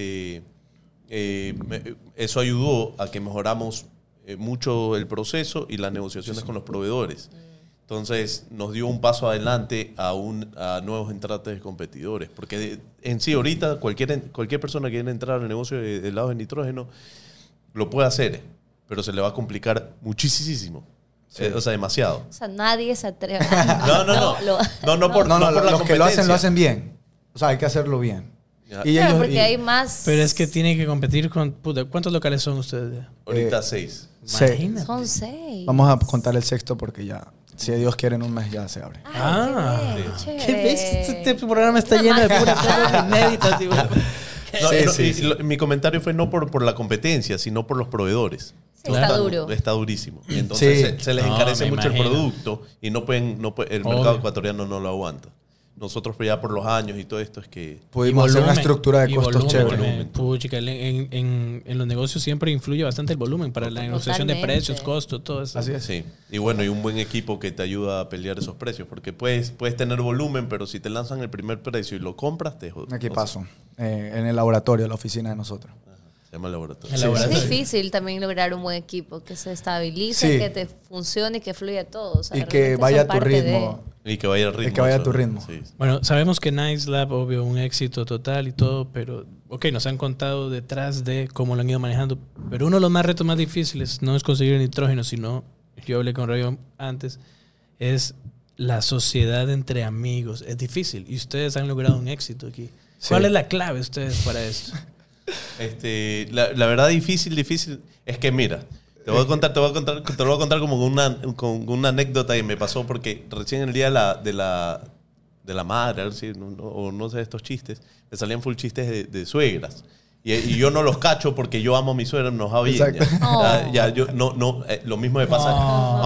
eso ayudó a que mejoramos mucho el proceso y las negociaciones con los proveedores. Entonces nos dio un paso adelante a nuevos entrantes de competidores. Porque en sí, ahorita cualquier persona que quiera entrar al negocio de helados de nitrógeno lo puede hacer, pero se le va a complicar muchísimo. Sí. O sea, demasiado. O sea, nadie se atreve. No, por la los que lo competencia. hacen bien. O sea, hay que hacerlo bien. Y claro, porque hay más... Pero es que tiene que competir con... Puta, ¿cuántos locales son ustedes? Ahorita 6. Son 6. Vamos a contar el sexto porque ya... Si Dios quiere, en un mes ya se abre. Qué ves? Este programa está lleno de puras cosas inéditas. Mi comentario fue no por la competencia, sino por los proveedores. Sí, está duro. Está durísimo. Y entonces se les encarece mucho el producto y el mercado ecuatoriano no lo aguanta. Nosotros ya por los años y todo esto es que... Pudimos hacer una estructura de costos chévere. Puchica, en los negocios siempre influye bastante el volumen para la negociación de precios, costos, todo eso. Así es. Sí. Y bueno, y un buen equipo que te ayuda a pelear esos precios. Porque puedes tener volumen, pero si te lanzan el primer precio y lo compras, te jodas. Un equipazo. En el laboratorio, la oficina de nosotros. Se llama laboratorio. Es difícil también lograr un buen equipo que se estabilice, que te funcione, que fluya todo. O sea, y que vaya a tu ritmo. Y que vaya al ritmo. Y que vaya a tu ritmo. Sí. Bueno, sabemos que Nice Lab, obvio, un éxito total y todo, pero, nos han contado detrás de cómo lo han ido manejando. Pero uno de los retos más difíciles no es conseguir el nitrógeno, sino, yo hablé con Rayo antes, es la sociedad entre amigos. Es difícil y ustedes han logrado un éxito aquí. Sí. ¿Cuál es la clave ustedes para esto? La verdad difícil es que mira, te lo voy a contar como con una anécdota que me pasó porque recién el día de la madre, a ver si no sé, estos chistes, me salían full chistes de suegras. Y yo no los cacho porque yo amo a mi suegra, nos va bien. Lo mismo me pasa.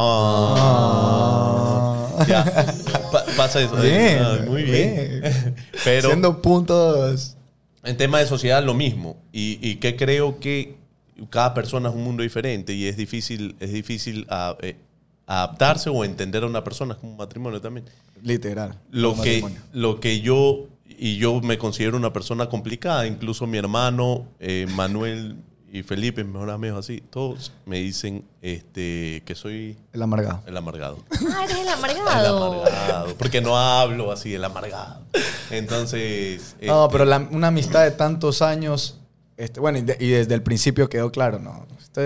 Pasa eso. Bien, muy bien. Pero siendo puntos. En tema de sociedad lo mismo. Y que creo que cada persona es un mundo diferente y es difícil adaptarse o entender a una persona. Es como un matrimonio también. Literal. Yo me considero una persona complicada. Incluso mi hermano, Manuel y Felipe, mis mejores amigos así, todos me dicen que soy... El amargado. El amargado. Ah, eres el amargado. El amargado. Porque no hablo así, el amargado. Entonces... No, pero una amistad de tantos años, bueno, y desde el principio quedó claro, ¿no?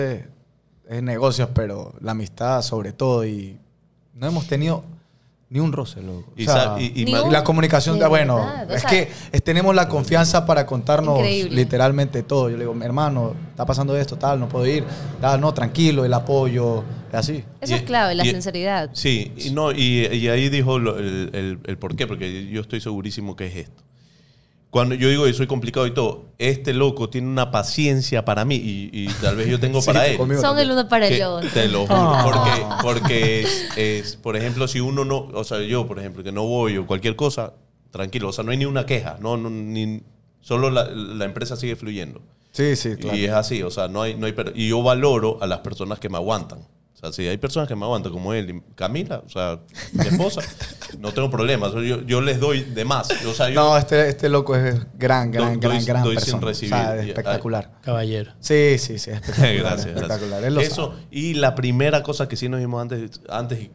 Es negocios, pero la amistad sobre todo, y no hemos tenido ni un roce, loco. Y la comunicación, bueno, verdad, tenemos la confianza para contarnos increíble. literalmente todo. Yo le digo, mi hermano, está pasando esto, tal, no puedo ir, tal, no, tranquilo, el apoyo, así. Eso es clave, la sinceridad. Sí, y ahí dijo el por qué, porque yo estoy segurísimo que es esto. Cuando yo digo que soy complicado y todo, este loco tiene una paciencia para mí y tal vez yo tengo para él. Son el uno para el otro. Te lo juro. Porque por ejemplo, si uno no... O sea, yo, por ejemplo, que no voy o cualquier cosa, tranquilo. O sea, no hay ni una queja. Solo la empresa sigue fluyendo. Sí, claro. Y es así. O sea, no hay y yo valoro a las personas que me aguantan. O sea, si hay personas que me aguantan, como él y Camila, o sea, mi esposa, no tengo problemas. Yo les doy de más. O sea, no, este loco es gran persona. Sin recibir. O sea, espectacular. Caballero. Sí, espectacular. Gracias. Espectacular. Eso, y la primera cosa que sí nos dijimos antes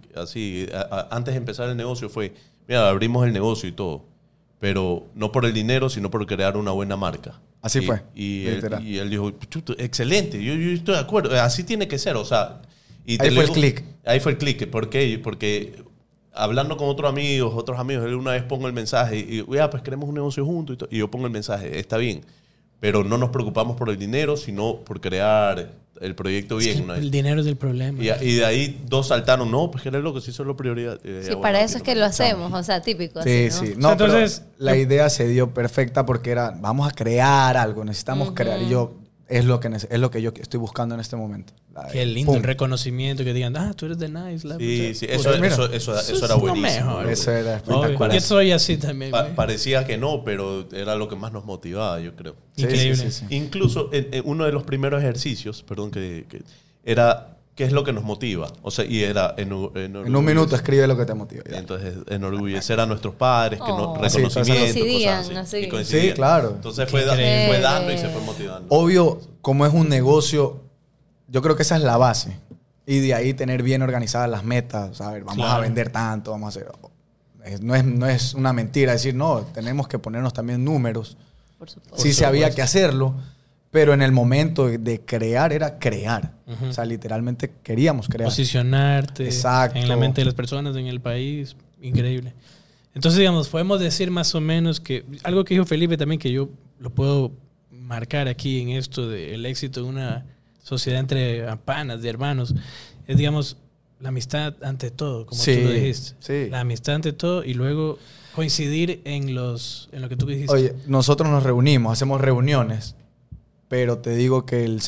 de empezar el negocio fue, mira, abrimos el negocio y todo, pero no por el dinero, sino por crear una buena marca. Así fue. Y él dijo, excelente, yo estoy de acuerdo, así tiene que ser, o sea... Ahí fue el clic. Ahí fue el clic. ¿Por qué? Porque hablando con otros amigos, él una vez pongo el mensaje y pues queremos un negocio juntos y yo pongo el mensaje, está bien, pero no nos preocupamos por el dinero, sino por crear el proyecto bien. ¿No? El dinero es el problema. Y de ahí dos saltaron, no, pues que era loco, sí, eso es la prioridad. Sí, para eso es que lo hacemos, o sea, típico. Sí, así, ¿no? sí. No, entonces, la idea se dio perfecta porque vamos a crear algo, necesitamos crear. Y yo... Es lo que yo estoy buscando en este momento. Qué lindo el reconocimiento, que digan, tú eres de Nice Lab. Sí, eso era buenísimo. Eso era espectacular. Yo soy así también. Parecía que no, pero era lo que más nos motivaba, yo creo. Increíble. Sí. Incluso uno de los primeros ejercicios, que era qué es lo que nos motiva. O sea, y era en un minuto escribe lo que te motiva. Ya. Entonces, enorgullecer a nuestros padres, reconocimiento, cosas así. Y coincidían. Sí, claro. Entonces fue dando y se fue motivando. Obvio, como es un negocio, yo creo que esa es la base. Y de ahí tener bien organizadas las metas. ¿Sabes? Vamos a vender tanto, vamos a hacer... No es una mentira decir, no, tenemos que ponernos también números. Por supuesto. Sí, había que hacerlo. Pero en el momento de crear, era crear. O sea, literalmente queríamos crear. Posicionarte. Exacto. En la mente de las personas, en el país. Increíble. Entonces, digamos, podemos decir más o menos que... Algo que dijo Felipe también, que yo lo puedo marcar aquí en esto del éxito de una sociedad entre panas, de hermanos, es, digamos, la amistad ante todo, como tú lo dijiste. Sí. La amistad ante todo y luego coincidir en lo que tú dijiste. Oye, nosotros nos reunimos, hacemos reuniones. Pero te digo que el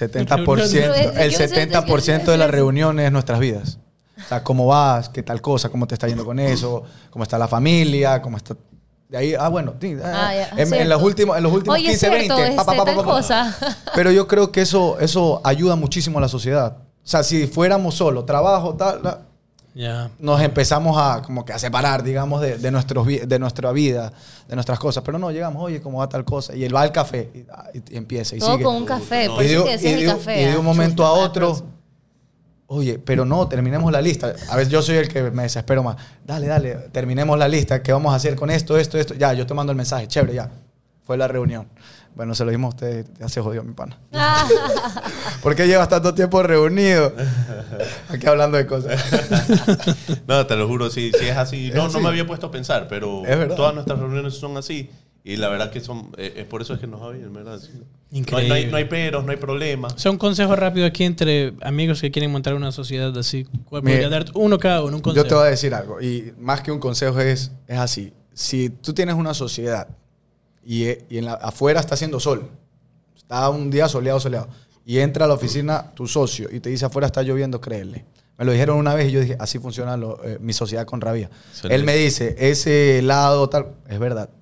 70% de las reuniones es nuestras vidas. O sea, cómo vas, qué tal cosa, cómo te está yendo con eso, cómo está la familia, cómo está... De ahí, bueno, en los últimos Oye, 15, 20, cosa. Pero yo creo que eso ayuda muchísimo a la sociedad. O sea, si fuéramos solo, trabajo, tal... Nos empezamos a separar, digamos, de nuestra vida, de nuestras cosas. Pero no, llegamos, oye, ¿cómo va tal cosa? Y él va al café y empieza. Y todo sigue. con un café, por eso que decías el café. Y de un momento a otro, oye, pero no, terminemos la lista. A veces yo soy el que me desespero más. Dale, terminemos la lista. ¿Qué vamos a hacer con esto? Ya, yo te mando el mensaje. Chévere, ya. Fue la reunión. Bueno, se lo dimos a usted, ya se jodió mi pana. ¿Por qué llevas tanto tiempo reunido? Aquí hablando de cosas. No, te lo juro, sí es así. No me había puesto a pensar, pero todas nuestras reuniones son así. Y la verdad que es por eso es que nos va bien, ¿verdad? Increíble. No hay peros, no hay problemas. O sea, un consejo rápido aquí entre amigos que quieren montar una sociedad así. ¿Cuál podría dar uno cada uno? Un consejo. Yo te voy a decir algo. Y más que un consejo es así. Si tú tienes una sociedad y afuera está haciendo sol, está un día soleado, y entra a la oficina tu socio y te dice afuera está lloviendo, créele. Me lo dijeron una vez y yo dije, así funciona mi sociedad con Rabia. Él me dice, ese helado tal, es verdad.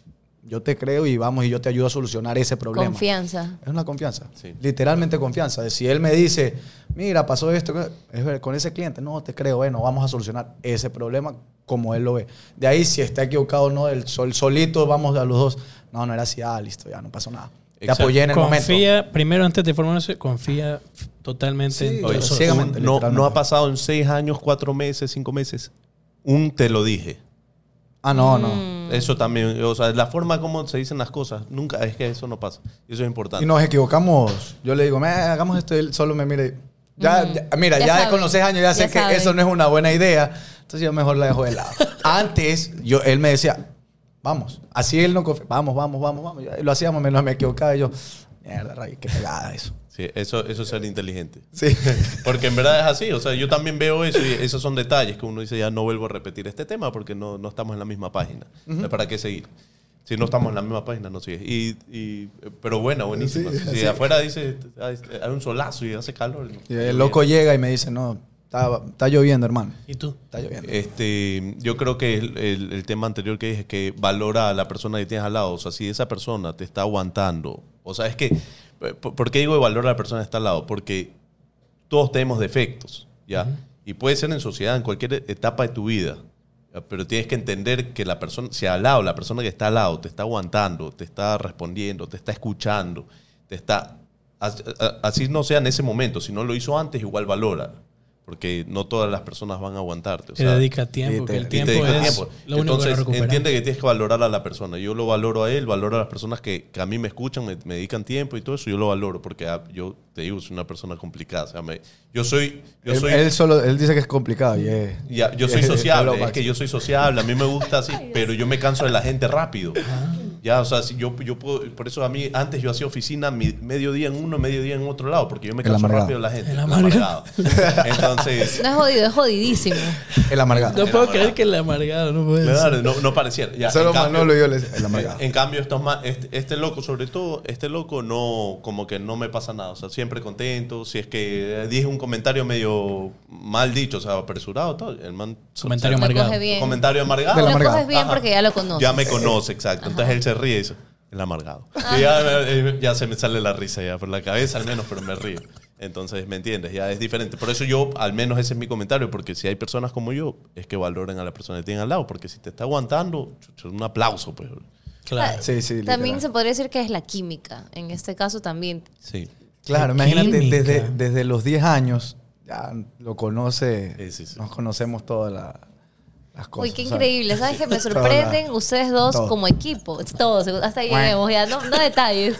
yo te creo y vamos y yo te ayudo a solucionar ese problema. Confianza. Es una confianza. Sí. Literalmente confianza. Si él me dice, mira, pasó esto con ese cliente, no, te creo, bueno, vamos a solucionar ese problema como él lo ve. De ahí, si está equivocado o no, el solito, vamos a los dos. No, no era así, listo, ya no pasó nada. Te apoyé en el momento. Confía, primero antes de formarse, confía totalmente en Oye, ciegamente, no ha pasado en 6 años, 4 meses, 5 meses. Te lo dije. No. Eso también, o sea, la forma como se dicen las cosas, nunca, es que eso no pasa. Eso es importante. Y nos equivocamos. Yo le digo, hagamos esto, y él solo me mira y... Mira, ya con los 6 años ya sé que eso no es una buena idea. Entonces yo mejor la dejo de lado. Antes, él me decía, vamos. Así él no confía. Vamos. Y lo hacíamos, menos me equivocaba. Y yo, mierda, Ray, qué pegada eso. Sí, eso es ser inteligente. Sí. Porque en verdad es así. O sea, yo también veo eso y esos son detalles que uno dice, ya no vuelvo a repetir este tema porque no estamos en la misma página. ¿Para qué seguir? Si no estamos en la misma página, no sigue. Pero buenísima. Sí, si afuera dice, hay un solazo y hace calor. Y el loco llega y me dice, no, está lloviendo, hermano. ¿Y tú? Está lloviendo. Yo creo que el tema anterior que dije es que valora a la persona que tienes al lado. O sea, si esa persona te está aguantando. O sea, es que... ¿Por qué digo de valor a la persona que está al lado? Porque todos tenemos defectos, ¿ya? Y puede ser en sociedad, en cualquier etapa de tu vida. ¿Ya? Pero tienes que entender que la persona, si al lado, la persona que está al lado te está aguantando, te está respondiendo, te está escuchando, así no sea en ese momento, si no lo hizo antes, igual valora. Porque no todas las personas van a aguantarte. O sea, te dedica tiempo, que el tiempo es lo único entonces, que recuperar. entiende que tienes que valorar a la persona. Yo lo valoro a él, valoro a las personas que a mí me escuchan, me dedican tiempo y todo eso, yo lo valoro. Porque yo te digo, soy una persona complicada. O sea, él dice que es complicado. Yo soy sociable, es que yo soy sociable, a mí me gusta así, pero yo me canso de la gente rápido. Ya, o sea, si yo puedo, por eso a mí, antes yo hacía oficina medio día en uno, medio día en otro lado, porque yo me canso rápido de la gente. El amargado. Entonces... No es jodido, es jodidísimo. El amargado. No puedo creer que el amargado no puede ser. Claro, no pareciera. Ya, solo Manolo y yo le decía, el amargado. En cambio, este loco, sobre todo, no, como que no me pasa nada. O sea, siempre contento. Si es que dije un comentario medio mal dicho, o sea, apresurado, todo, el man... Comentario amargado. Comentario amargado. Lo coges bien porque ya lo conoces. Ya me conoce, exacto. Entonces él se ríe y dice, el amargado. Y ya se me sale la risa ya por la cabeza al menos, pero me río. Entonces, ¿me entiendes? Ya es diferente. Por eso yo, al menos ese es mi comentario, porque si hay personas como yo, es que valoren a la persona que tienen al lado, porque si te está aguantando, un aplauso, pues. Claro. Sí, también literal. Se podría decir que es la química. En este caso también. Sí. Claro, imagínate, desde los 10 años, ya lo conoce, Sí. nos conocemos todas las cosas. Uy, qué increíble. ¿Sabes qué? Me sorprenden ustedes dos como equipo. Todos. Hasta ahí lleguemos ya. No detalles.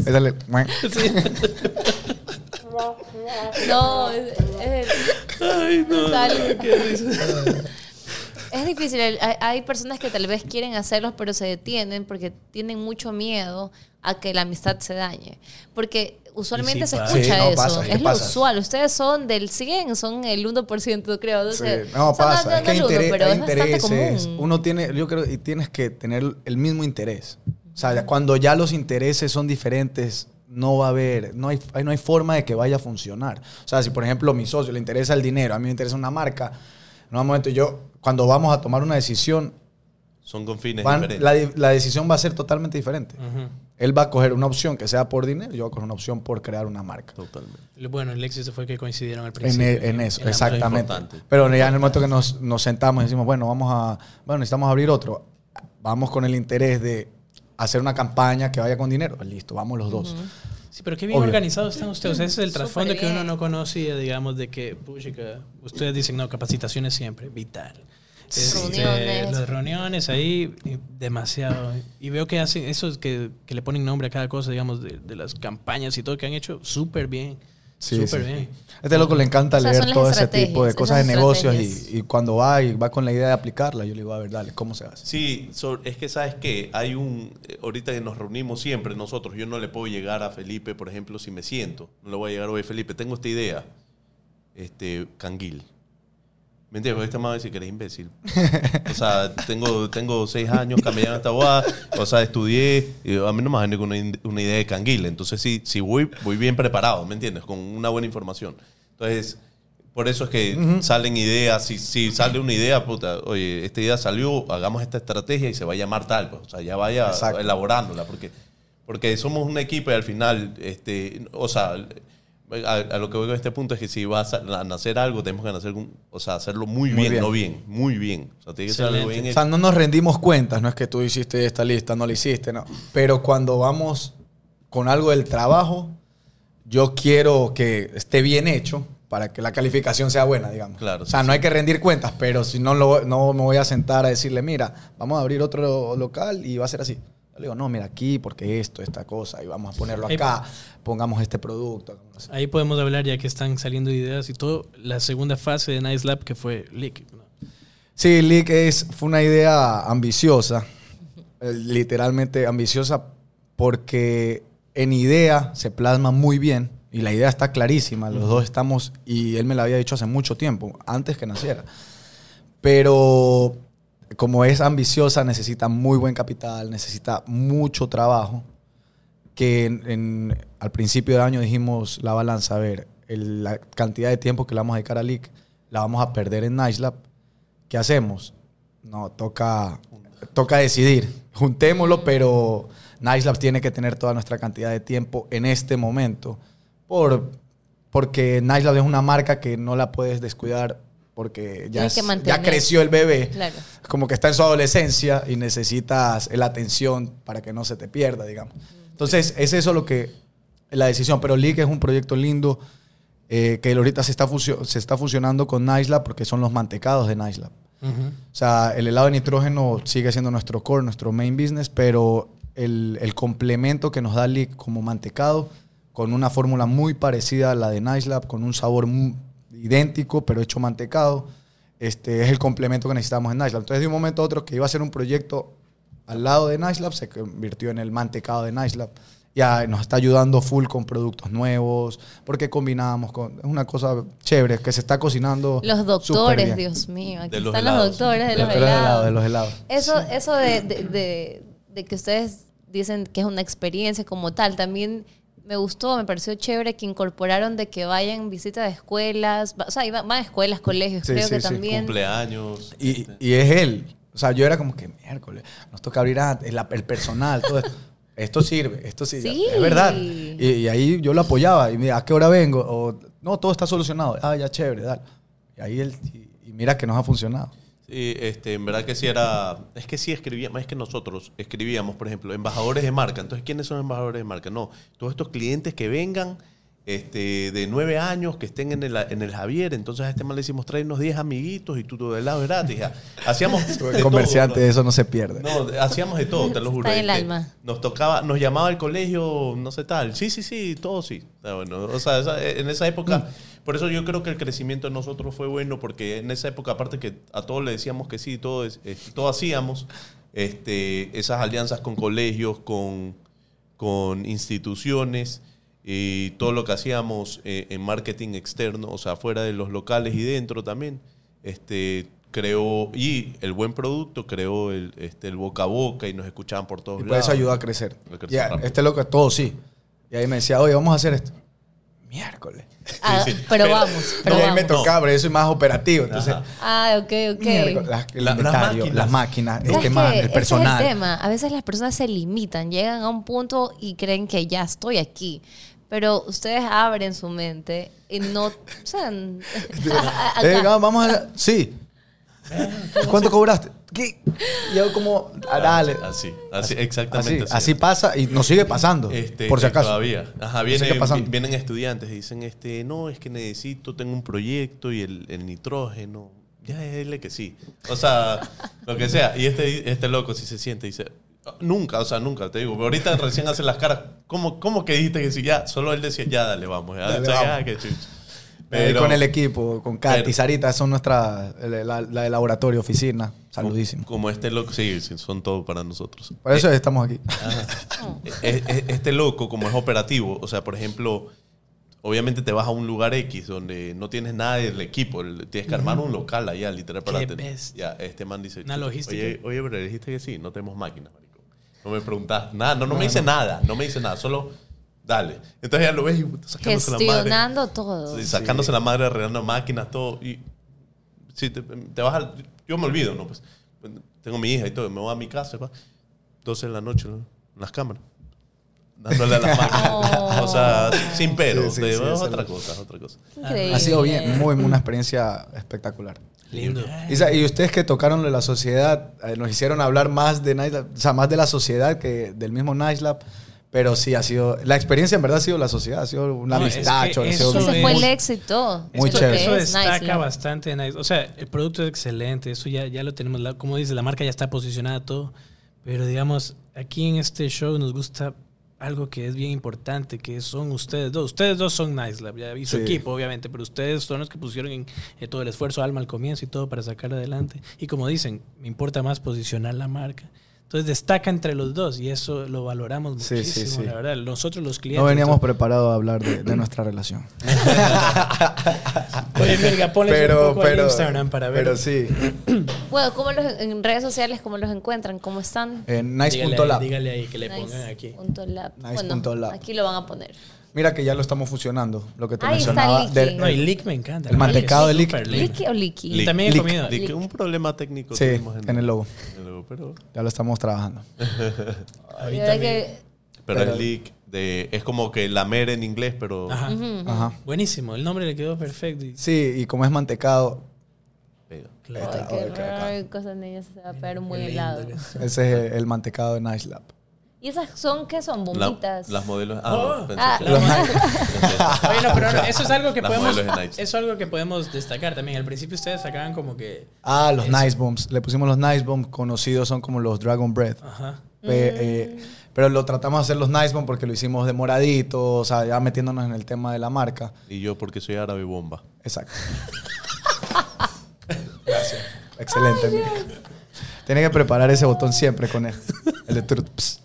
No, Ay, no. Qué risa. Es difícil. Hay personas que tal vez quieren hacerlos, pero se detienen porque tienen mucho miedo a que la amistad se dañe. Porque usualmente se escucha eso. Es lo usual. Ustedes son del 100, son el 1%, creo. Entonces, no, pasa. Es que hay bastante común. Uno tiene, yo creo, y tienes que tener el mismo interés. O sea, cuando ya los intereses son diferentes, no va a haber, no hay forma de que vaya a funcionar. O sea, si por ejemplo a mi socio le interesa el dinero, a mí me interesa una marca, en un momento cuando vamos a tomar una decisión, son con fines diferentes. La decisión va a ser totalmente diferente. Él va a coger una opción que sea por dinero, yo voy a coger una opción por crear una marca. Totalmente. Bueno, el éxito fue que coincidieron al principio. En eso, exactamente. Pero ya en el momento que nos sentamos y decimos, bueno, necesitamos abrir otro, vamos con el interés de hacer una campaña que vaya con dinero. Listo, vamos los dos. Sí, pero qué bien organizados están ustedes. O sea, ese es el trasfondo que uno no conocía, digamos, de que ustedes dicen, no, capacitaciones siempre, vital. Las reuniones ahí, demasiado. Y veo que hacen eso, que le ponen nombre a cada cosa, digamos, de las campañas y todo que han hecho súper bien. Súper bien. A este loco le encanta leer todo ese tipo de cosas de negocios y cuando va con la idea de aplicarla, yo le digo, a ver, dale, ¿cómo se hace? Sí, es que sabes que ahorita que nos reunimos siempre nosotros, yo no le puedo llegar a Felipe, por ejemplo, si me siento, no le voy a llegar, oye Felipe, tengo esta idea, canguil. ¿Me entiendes? Porque este man va a decir que eres imbécil. O sea, tengo 6 años, cambié esta boda, o sea, estudié, y a mí no me va a venir con una idea de canguil. Entonces, sí voy bien preparado, ¿me entiendes? Con una buena información. Entonces, Por eso es que salen ideas. Si sale una idea, puta, oye, esta idea salió, hagamos esta estrategia y se va a llamar tal. Pues. O sea, ya vaya elaborándola. Porque somos un equipo y al final, o sea, a lo que voy a este punto es que si vas a nacer algo, tenemos que hacerlo muy bien, no bien, muy bien. O sea, tiene que ser algo bien hecho. O sea, no nos rendimos cuentas, no es que tú hiciste esta lista, no la hiciste, no. Pero cuando vamos con algo del trabajo, yo quiero que esté bien hecho para que la calificación sea buena, digamos. Claro, o sea, no hay que rendir cuentas, pero si no, no me voy a sentar a decirle, mira, vamos a abrir otro local y va a ser así. Yo le digo, no, mira aquí, porque esta cosa, y vamos a ponerlo acá, pongamos este producto. Ahí podemos hablar, ya que están saliendo ideas y todo, la segunda fase de Nice Lab, que fue Leak. ¿No? Sí, Leak fue una idea ambiciosa, literalmente ambiciosa, porque en idea se plasma muy bien y la idea está clarísima. Los dos estamos, y él me la había dicho hace mucho tiempo, antes que naciera. Pero como es ambiciosa, necesita muy buen capital, necesita mucho trabajo, que al principio de año dijimos la balanza, a ver, la cantidad de tiempo que le vamos a dedicar a Leak, la vamos a perder en Nice Lab. ¿Qué hacemos? No, toca decidir. Juntémoslo, pero Nice Lab tiene que tener toda nuestra cantidad de tiempo en este momento, porque Nice Lab es una marca que no la puedes descuidar porque ya creció el bebé. Claro. Como que está en su adolescencia y necesitas la atención para que no se te pierda, digamos. Entonces, es eso la decisión. Pero Leak es un proyecto lindo que ahorita se está fusionando con Nice Lab porque son los mantecados de Nice Lab. O sea, el helado de nitrógeno sigue siendo nuestro core, nuestro main business, pero el complemento que nos da Leak como mantecado, con una fórmula muy parecida a la de Nice Lab, con un sabor idéntico, pero hecho mantecado, es el complemento que necesitamos en Nice Lab. Entonces, de un momento a otro, que iba a ser un proyecto al lado de Nice Lab, se convirtió en el mantecado de Nice Lab. Ya nos está ayudando full con productos nuevos, porque combinamos es una cosa chévere, que se está cocinando. Los doctores, Dios mío, aquí están los doctores de los helados. Eso de que ustedes dicen que es una experiencia como tal, también me gustó, me pareció chévere que incorporaron de que vayan visitas de escuelas, o sea, van a escuelas, colegios, creo que también. Cumpleaños. Y es él. O sea, yo era como que, miércoles, nos toca abrir antes, el personal, todo esto. Esto sirve, sí. Es verdad. Y ahí yo lo apoyaba. Y mira, ¿a qué hora vengo? O, no, todo está solucionado. Ah, ya, chévere, dale. Y ahí y mira que nos ha funcionado. Sí, en verdad que sí es que sí escribíamos, es que nosotros escribíamos, por ejemplo, embajadores de marca. Entonces, ¿quiénes son embajadores de marca? No, todos estos clientes que vengan de 9 años, que estén en el Javier. Entonces a este man le decimos, tráenos 10 amiguitos y tú todo de helado gratis. Hacíamos de comerciante, todo, ¿no? Eso no se pierde. No, hacíamos de todo, te lo juro. Está en el alma. Nos llamaba el colegio, no sé tal. Sí, todo sí. Bueno, o sea, en esa época, por eso yo creo que el crecimiento de nosotros fue bueno, porque en esa época, aparte que a todos le decíamos que sí, todo hacíamos, esas alianzas con colegios, con instituciones, y todo lo que hacíamos en marketing externo, o sea, fuera de los locales y dentro también, creó, y el buen producto creó el boca a boca y nos escuchaban por todos lados. Y eso ayudó a crecer. Loco, todo sí. Y ahí me decía, oye, vamos a hacer esto. Miércoles. Sí. Pero vamos. Y ahí me tocaba, pero yo soy más operativo. Entonces, ok. Las máquinas, el personal. Ese es el tema. A veces las personas se limitan, llegan a un punto y creen que ya estoy aquí. Pero ustedes abren su mente y no... O sea, vamos a... Sí. ¿Cuánto cobraste? ¿Qué? Y yo como... dale. Así, exactamente. Así pasa y nos sigue pasando, por si acaso. Todavía. Ajá, vienen estudiantes y dicen, no, es que tengo un proyecto y el nitrógeno... Ya dile que sí. O sea, lo que sea. Y este loco si se siente y dice... Nunca, te digo. Pero ahorita recién hacen las caras. ¿Cómo que dijiste que sí? Ya, solo él decía, ya, dale, vamos. Pero, con el equipo, con Katy, Sarita, son la de laboratorio, oficina. Saludísimo. Como este loco, sí, son todo para nosotros. Por eso estamos aquí. Este loco, como es operativo, o sea, por ejemplo, obviamente te vas a un lugar X donde no tienes nada del equipo, tienes que armar un local allá, literal, para ya, este man dice, una logística. Oye, pero dijiste que sí, no tenemos máquinas, marico. No me preguntaste nada, no me dice nada, solo Dale. Entonces ya lo ves y sacándose gestionando la madre, todo. Sí, sacándose la madre, arreglando máquinas, todo. Y si te vas al... Yo me olvido, ¿no? Pues tengo mi hija y todo. Me voy a mi casa, 12 de la noche, ¿no? En las cámaras. Dándole a las máquinas. O sea, sin pero. Es otra cosa. Increíble. Ha sido bien, una experiencia espectacular. Lindo. Y ustedes que tocaron de la sociedad, nos hicieron hablar más de Nice Lab, o sea, más de la sociedad que del mismo Nice Lab. Pero sí, ha sido... La experiencia en verdad ha sido la sociedad, ha sido una amistad. Ese fue el éxito. Muy chévere. Eso destaca bastante. O sea, el producto es excelente, eso ya lo tenemos. Como dices, la marca ya está posicionada, todo. Pero digamos, aquí en este show nos gusta algo que es bien importante, que son ustedes dos. Ustedes dos son Nice Lab, y su equipo, obviamente, pero ustedes son los que pusieron en todo el esfuerzo, alma al comienzo y todo para sacar adelante. Y como dicen, me importa más posicionar la marca. Entonces destaca entre los dos y eso lo valoramos muchísimo, la verdad. Nosotros los clientes... No veníamos preparados a hablar de nuestra relación. Oye, Mirga, ponles un poco en Instagram para ver. Pero sí. Bueno, en redes sociales, ¿cómo los encuentran? ¿Cómo están? En nice.lab. Dígale ahí que le pongan aquí. Nice.lab. Bueno, aquí lo van a poner. Mira que ya lo estamos fusionando, lo que te ahí mencionaba. Está Leaky. No, y Leak me encanta. El mantecado de Leak. ¿Leaky o Leaky? Y también he comido. Un problema técnico tenemos en el logo. Pero ya lo estamos trabajando. Pero el Leak es como que lamer en inglés, pero... Ajá. Buenísimo, el nombre le quedó perfecto. Sí, y como es mantecado... Claro. Qué cosas niñas, se va a pegar muy helado. Ese es el mantecado de Nice Lab. ¿Y esas son qué son? ¿Bombitas? Las modelos... Bueno, pero eso es algo que eso es algo que podemos destacar también. Al principio ustedes sacaban como que... los Nice Bombs. Le pusimos los Nice Bombs, conocidos son como los Dragon Breath. Ajá. Pero lo tratamos de hacer los Nice Bombs porque lo hicimos de moradito, o sea, ya metiéndonos en el tema de la marca. Y yo porque soy árabe bomba. Exacto. Gracias. Excelente. Tiene que preparar ese botón siempre con él. El de Truth.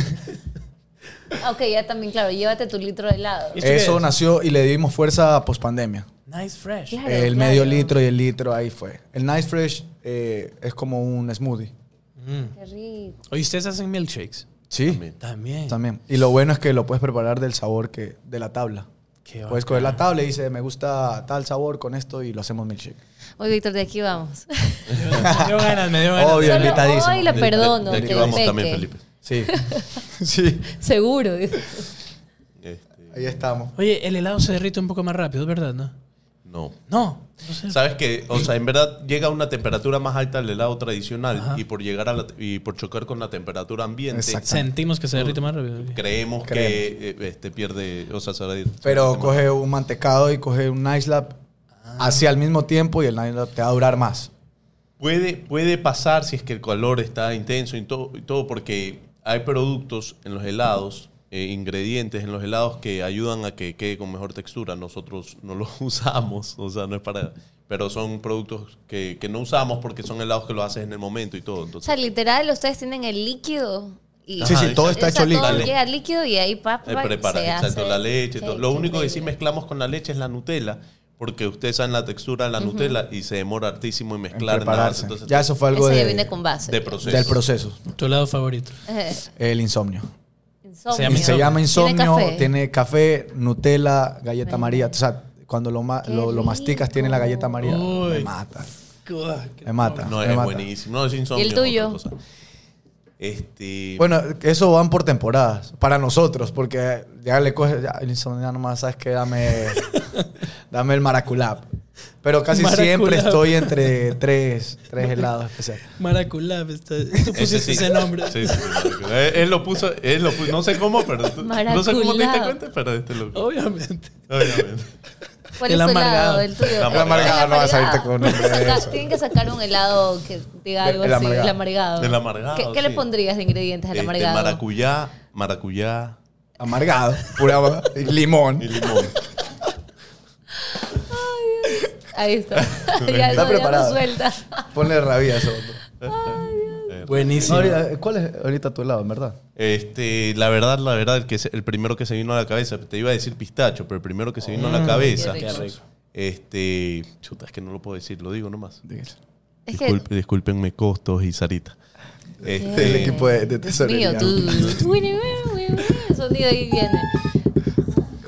Ok, ya también, claro, llévate tu litro de helado. Eso nació y le dimos fuerza post pandemia. Nice Fresh. Claro, el medio litro y el litro, ahí fue. El Nice Fresh es como un smoothie. Qué rico. Oye, ¿ustedes hacen milkshakes? Sí. También. Y lo bueno es que lo puedes preparar del sabor de la tabla. Puedes coger la tabla y dice, me gusta tal sabor con esto y lo hacemos milkshake. Oye, Víctor, de aquí vamos. Me dio ganas. Obvio, invitadísimo. Hoy le perdono. De aquí vamos también, Felipe. Sí. Seguro. Ahí estamos. Oye, el helado se derrite un poco más rápido, ¿verdad? No. Sabes que, o sea, en verdad llega a una temperatura más alta el helado tradicional y por chocar con la temperatura ambiente sentimos que se derrite más rápido. Creemos que pierde, o sea, pero coge un mantecado y coge un Nice Lab hacia al mismo tiempo y el Nice Lab te va a durar más. Puede pasar si es que el calor está intenso y todo porque hay productos en los helados, ingredientes en los helados que ayudan a que quede con mejor textura. Nosotros no los usamos, o sea, no es para... Pero son productos que no usamos porque son helados que lo haces en el momento y todo. Entonces, o sea, literal, ustedes tienen el líquido. Y sí, todo está hecho líquido. Todo llega líquido y ahí exacto, la leche. Todo. Lo único que sí mezclamos con la leche es la Nutella. Porque ustedes saben la textura de la Nutella y se demora hartísimo en mezclar nada. Entonces, ya eso fue algo ya viene con base. Del proceso. ¿Tu helado favorito? El insomnio. Se llama insomnio, tiene café, Nutella, galleta María. O sea, cuando lo masticas tiene la galleta María. Me mata. Me mata. No, es buenísimo. No, es insomnio. ¿Y el tuyo? Bueno, eso van por temporadas. Para nosotros, porque ya le coges el insomnio, nomás sabes que dame el Maraculab. Pero casi siempre estoy entre tres helados especiales. Maraculab. Tú pusiste ese nombre. Sí. Él lo puso, no sé cómo, pero no sé cómo te diste cuenta, pero Obviamente. ¿Cuál es tu helado? El tuyo. El amargado, no vas a salirte con nombre de eso. Tienen que sacar un helado que diga algo así. El amargado. El amargado. ¿Qué le pondrías de ingredientes al amargado? Maracuyá. Amargado. Pura limón. Y limón. Ahí está. Está preparado. Suelta. Ponle rabia a eso. Buenísimo. ¿Cuál es ahorita tu helado, en verdad? La verdad, el primero que se vino a la cabeza, te iba a decir pistacho, pero el primero que se vino a la cabeza. Qué rico. Chuta, es que no lo puedo decir, lo digo nomás. Discúlpenme, Costos y Sarita. El equipo de tesorería. Mío, tu sonido ahí viene.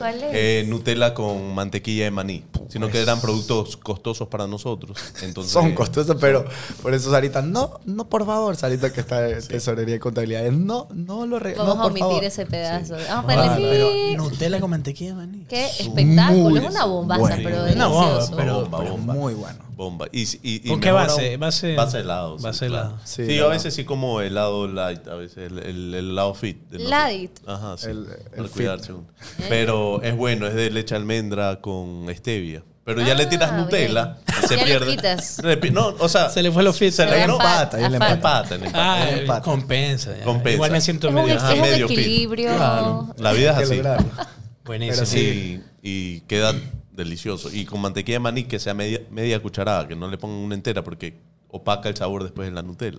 ¿Cuál es? Nutella con mantequilla de maní. Sino que eran productos costosos para nosotros. Entonces, son costosos, pero por eso Sarita, no, por favor, Sarita que está en tesorería y contabilidad, no lo Vamos a omitir ese pedazo. Sí. Vamos a ponerle pero Nutella con mantequilla de maní. Qué espectáculo. Es una bombaza, bueno. pero delicioso. Pero muy bueno. Bomba. Y ¿con qué base? Base helado. Base helado. Sí, a veces sí como helado light, a veces el helado fit. Light. Ajá, sí. El cuidarse. Pero es bueno, es de leche almendra con stevia. Pero ya le tiras Nutella y se ya pierde. Le quitas. No, o sea, se le fue lo fit. Se le empata. Compensa. Compensa. Igual me siento es medio un equilibrio. Claro. La vida es así. Buenísimo. Sí, y queda delicioso. Y con mantequilla de maní que sea media cucharada, que no le pongan una entera porque opaca el sabor después en la Nutella.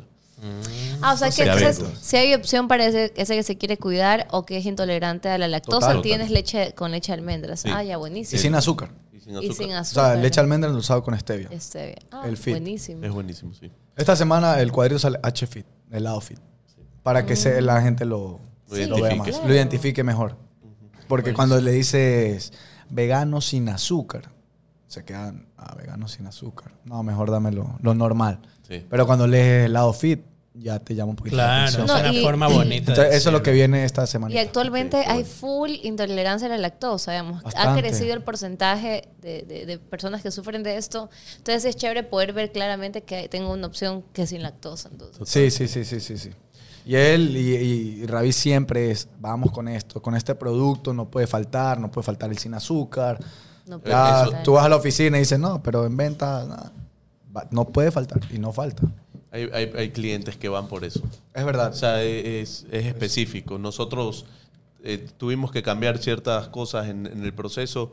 O sea que entonces, si hay opción para ese que se quiere cuidar o que es intolerante a la lactosa, tienes leche con leche de almendras. Sí. Ya buenísimo. Y sin azúcar. Y sin azúcar. O sea, leche de almendras usado con stevia. El fit. Buenísimo. Es buenísimo, sí. Esta semana el cuadrito sale H-Fit, helado fit. Para que la gente lo vea más, lo identifique mejor. Porque cuando le dices vegano sin azúcar, se quedan, vegano sin azúcar. No, mejor dame lo normal. Sí. Pero cuando lees helado fit, ya te llama un poquito la atención. Es una forma bonita. Entonces, eso es lo que viene esta semana. Y actualmente hay full intolerancia a la lactosa, digamos. Bastante. Ha crecido el porcentaje de personas que sufren de esto. Entonces es chévere poder ver claramente que tengo una opción que es sin lactosa. Entonces. Sí. Y él y Ravi siempre vamos con esto, con este producto, no puede faltar el sin azúcar. No puede faltar. Tú vas a la oficina y dices, no, pero en venta no puede faltar y no falta. Hay clientes que van por eso. Es verdad. O sea, es específico. Nosotros tuvimos que cambiar ciertas cosas en el proceso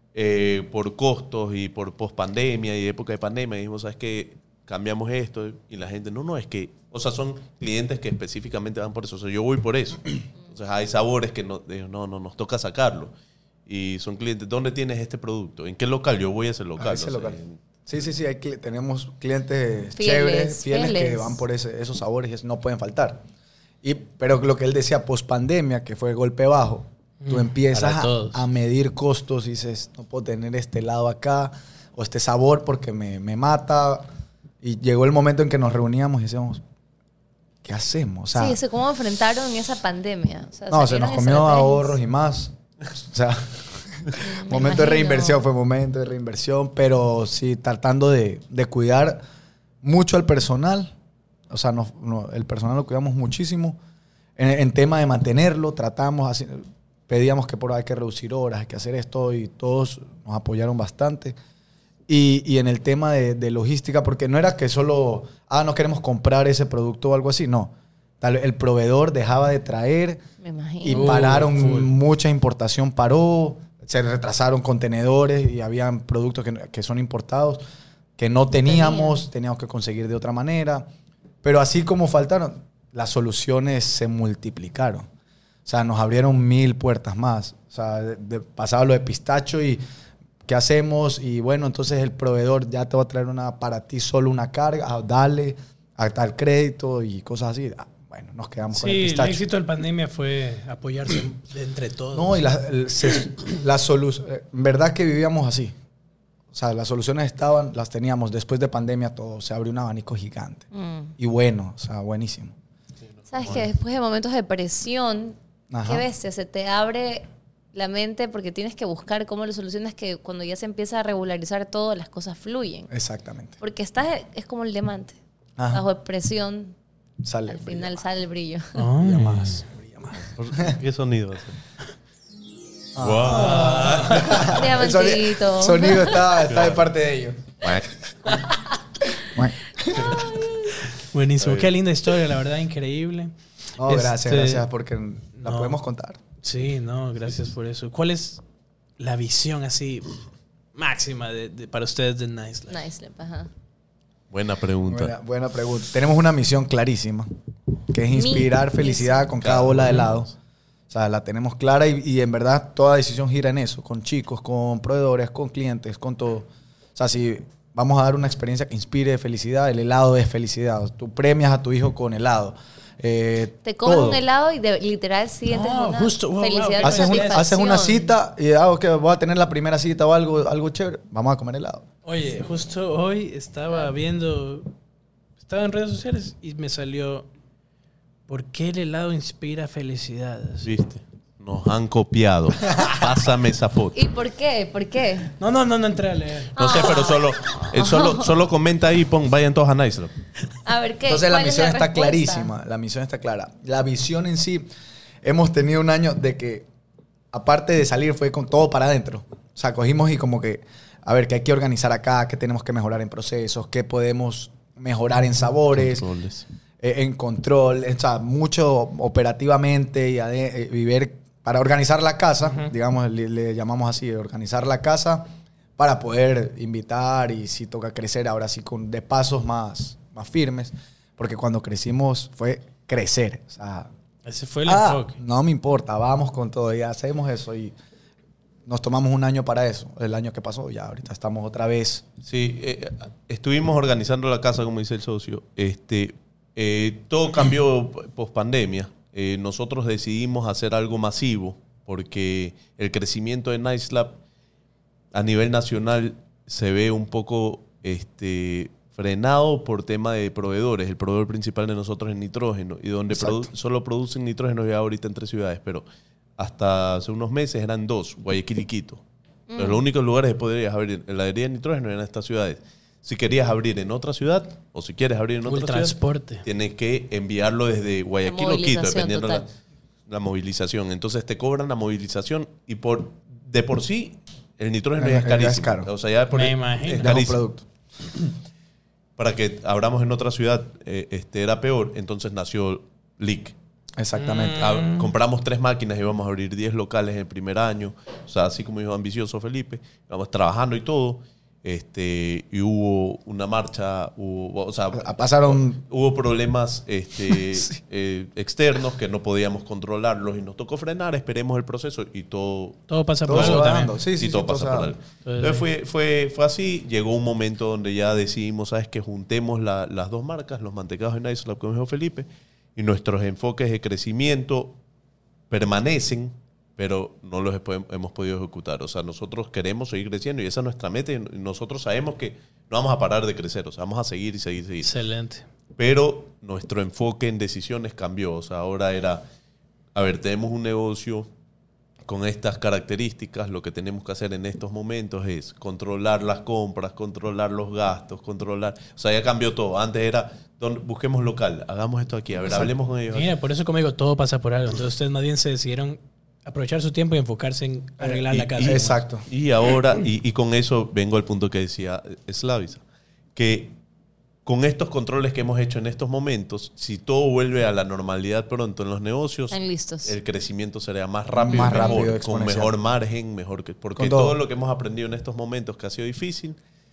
por costos y por post-pandemia y época de pandemia. Y dijimos, ¿sabes qué? Cambiamos esto. Y la gente, no, es que... O sea, son clientes que específicamente van por eso. O sea, yo voy por eso. Entonces, hay sabores que no, nos toca sacarlo. Y son clientes, ¿dónde tienes este producto? ¿En qué local? Yo voy a ese local. Ese local. Sí, tenemos clientes fieles que van por esos sabores y no pueden faltar. Pero lo que él decía, post-pandemia, que fue golpe bajo, tú empiezas a medir costos y dices, no puedo tener este helado acá o este sabor porque me mata. Y llegó el momento en que nos reuníamos y decíamos, ¿qué hacemos? O sea, ¿cómo enfrentaron esa pandemia? O sea, no, se nos comió ahorros y más. O sea... Momento de reinversión, fue momento de reinversión, pero sí tratando de cuidar mucho al personal. O sea, el personal lo cuidamos muchísimo. En tema de mantenerlo, pedíamos que hay que reducir horas, hay que hacer esto y todos nos apoyaron bastante. Y en el tema de logística, porque no era que solo, no queremos comprar ese producto o algo así, no. El proveedor dejaba de traer y pararon, mucha importación paró. Se retrasaron contenedores y habían productos que son importados que no teníamos que conseguir de otra manera. Pero así como faltaron, las soluciones se multiplicaron. O sea, nos abrieron 1000 puertas más. O sea, pasaba lo de pistacho y ¿qué hacemos? Y bueno, entonces el proveedor ya te va a traer para ti solo una carga, dale, a tal crédito y cosas así. Bueno, nos quedamos con el pistacho. Sí, el éxito de la pandemia fue apoyarse entre todos. No, y la solución, en verdad que vivíamos así. O sea, las soluciones las teníamos. Después de pandemia todo, se abrió un abanico gigante. Y bueno, o sea, buenísimo. ¿Sabes qué? Después de momentos de presión, qué bestia, se te abre la mente porque tienes que buscar cómo lo solucionas, que cuando ya se empieza a regularizar todo, las cosas fluyen. Exactamente. Porque es como el diamante. Bajo presión. Al final sale el brillo. Brilla más. ¿Qué sonido hace? Diamantito. El sonido está de parte de ellos. Buenísimo. Qué linda historia, la verdad, increíble. Gracias, porque la podemos contar. Sí, gracias por eso. ¿Cuál es la visión así máxima para ustedes de Nice Life? Nice Life, ajá. Buena pregunta. Buena pregunta. Tenemos una misión clarísima, que es inspirar felicidad con cada bola de helado. O sea, la tenemos clara y en verdad toda decisión gira en eso, con chicos, con proveedores, con clientes, con todo. O sea, si vamos a dar una experiencia que inspire felicidad. El helado es felicidad. Tú premias a tu hijo con helado. Te comes un helado y literal sientes una felicidad. Haces una cita y okay, voy a tener la primera cita o algo chévere. Vamos a comer helado. Oye, justo hoy estaba en redes sociales y me salió, ¿por qué el helado inspira felicidad? ¿Viste? Nos han copiado. Pásame esa foto. ¿Y por qué? ¿Por qué? No entré a leer. No sé, pero solo comenta ahí y vayan todos a Nicelab. A ver, ¿qué? Entonces la misión está clarísima. La misión está clara. La visión en sí, hemos tenido un año de que, aparte de salir, fue con todo para adentro. O sea, cogimos y como que, a ver, ¿qué hay que organizar acá? ¿Qué tenemos que mejorar en procesos? ¿Qué podemos mejorar en sabores? Controles. En control. O sea, mucho operativamente y ver... Para organizar la casa, digamos, le llamamos así, organizar la casa para poder invitar y si toca crecer, ahora sí, de pasos más firmes. Porque cuando crecimos fue crecer. O sea, ese fue el enfoque. No me importa, vamos con todo, ya hacemos eso y nos tomamos un año para eso. El año que pasó, ya ahorita estamos otra vez. Sí, estuvimos organizando la casa, como dice el socio. Todo cambió post pandemia. Nosotros decidimos hacer algo masivo porque el crecimiento de Nicelab a nivel nacional se ve un poco frenado por tema de proveedores. El proveedor principal de nosotros es nitrógeno y donde solo producen nitrógeno ya ahorita en 3 ciudades, pero hasta hace unos meses eran 2, Guayaquil y Quito. Pero los únicos lugares que podrías abrir heladería de nitrógeno eran estas ciudades. Si querías abrir en otra ciudad o si quieres abrir en otra ciudad, tienes que enviarlo desde Guayaquil o Quito, dependiendo la movilización. Entonces te cobran la movilización y de por sí el nitrógeno ya es carísimo. Es caro. O sea, ya me imagino. Es carísimo. Producto. Para que abramos en otra ciudad era peor, entonces nació LIC. Exactamente. Compramos 3 máquinas y íbamos a abrir 10 locales en el primer año. O sea, así como dijo ambicioso Felipe, íbamos trabajando y todo. Y hubo una marcha, hubo problemas sí. externos que no podíamos controlarlos y nos tocó frenar, esperemos el proceso y todo pasa por algo también. Sí, todo pasa por algo. Entonces fue así, llegó un momento donde ya decidimos, ¿sabes? Que juntemos las 2 marcas, los mantecados de Nicelab, como dijo Felipe, y nuestros enfoques de crecimiento permanecen, pero no los hemos podido ejecutar. O sea, nosotros queremos seguir creciendo y esa es nuestra meta y nosotros sabemos que no vamos a parar de crecer. O sea, vamos a seguir y seguir. Excelente. Pero nuestro enfoque en decisiones cambió. O sea, ahora era, a ver, tenemos un negocio con estas características. Lo que tenemos que hacer en estos momentos es controlar las compras, controlar los gastos, O sea, ya cambió todo. Antes era, busquemos local, hagamos esto aquí. A ver, hablemos con ellos. Mira, por eso como digo, todo pasa por algo. Entonces ustedes más bien se decidieron aprovechar su tiempo y enfocarse en arreglar la casa. Exacto. Y ahora, y con eso vengo al punto que decía Slavica, que con estos controles que hemos hecho en estos momentos, si todo vuelve a la normalidad pronto en los negocios, el crecimiento será más rápido, con mejor margen, porque todo lo que hemos aprendido en estos momentos que ha sido difícil,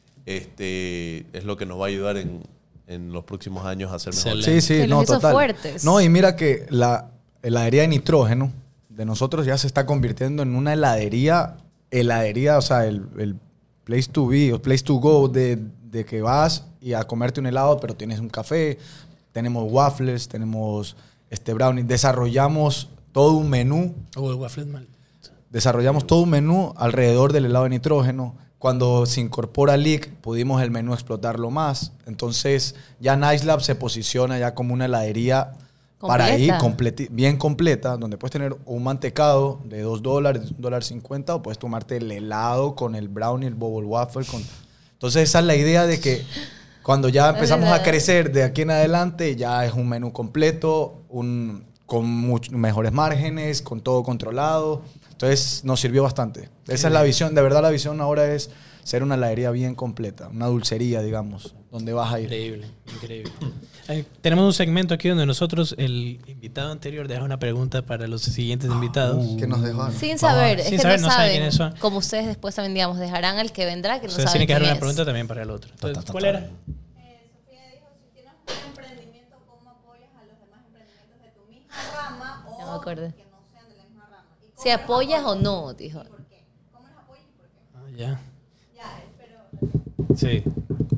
es lo que nos va a ayudar en los próximos años a hacer mejor. Sí, no, total. Fuertes. No, y mira que la heladería de nitrógeno de nosotros ya se está convirtiendo en una heladería, o sea, el place to be o place to go de que vas y a comerte un helado, pero tienes un café, tenemos waffles, tenemos brownie. Desarrollamos todo un menú. El waffle es mal. Desarrollamos todo un menú alrededor del helado de nitrógeno. Cuando se incorpora LIC, pudimos el menú explotarlo más. Entonces, ya Nicelab se posiciona ya como una heladería para ahí, bien completa, donde puedes tener un mantecado de $2, $1.50, o puedes tomarte el helado con el brownie, el bubble waffle. Entonces, esa es la idea de que cuando ya empezamos a crecer de aquí en adelante, ya es un menú completo, con mejores márgenes, con todo controlado. Entonces, nos sirvió bastante. Esa es la visión. De verdad, la visión ahora es ser una heladería bien completa, una dulcería, digamos, donde vas a ir. Increíble. Tenemos un segmento aquí donde nosotros, el invitado anterior, deja una pregunta para los siguientes invitados. ¿Qué nos dejaron? Sin saber, es que no saben quiénes son. Como ustedes después también, digamos, dejarán al que vendrá, que no saben quién es. Tienen que dejar una pregunta también para el otro. Entonces, ¿cuál era? Sofía dijo, si tienes un emprendimiento, ¿cómo apoyas a los demás emprendimientos de tu misma rama o no me acuerdo. Que no sean de la misma rama? Si apoyas o no, dijo. ¿Y por qué? ¿Cómo los apoyas y por qué? Ya. Ya, pero... Sí.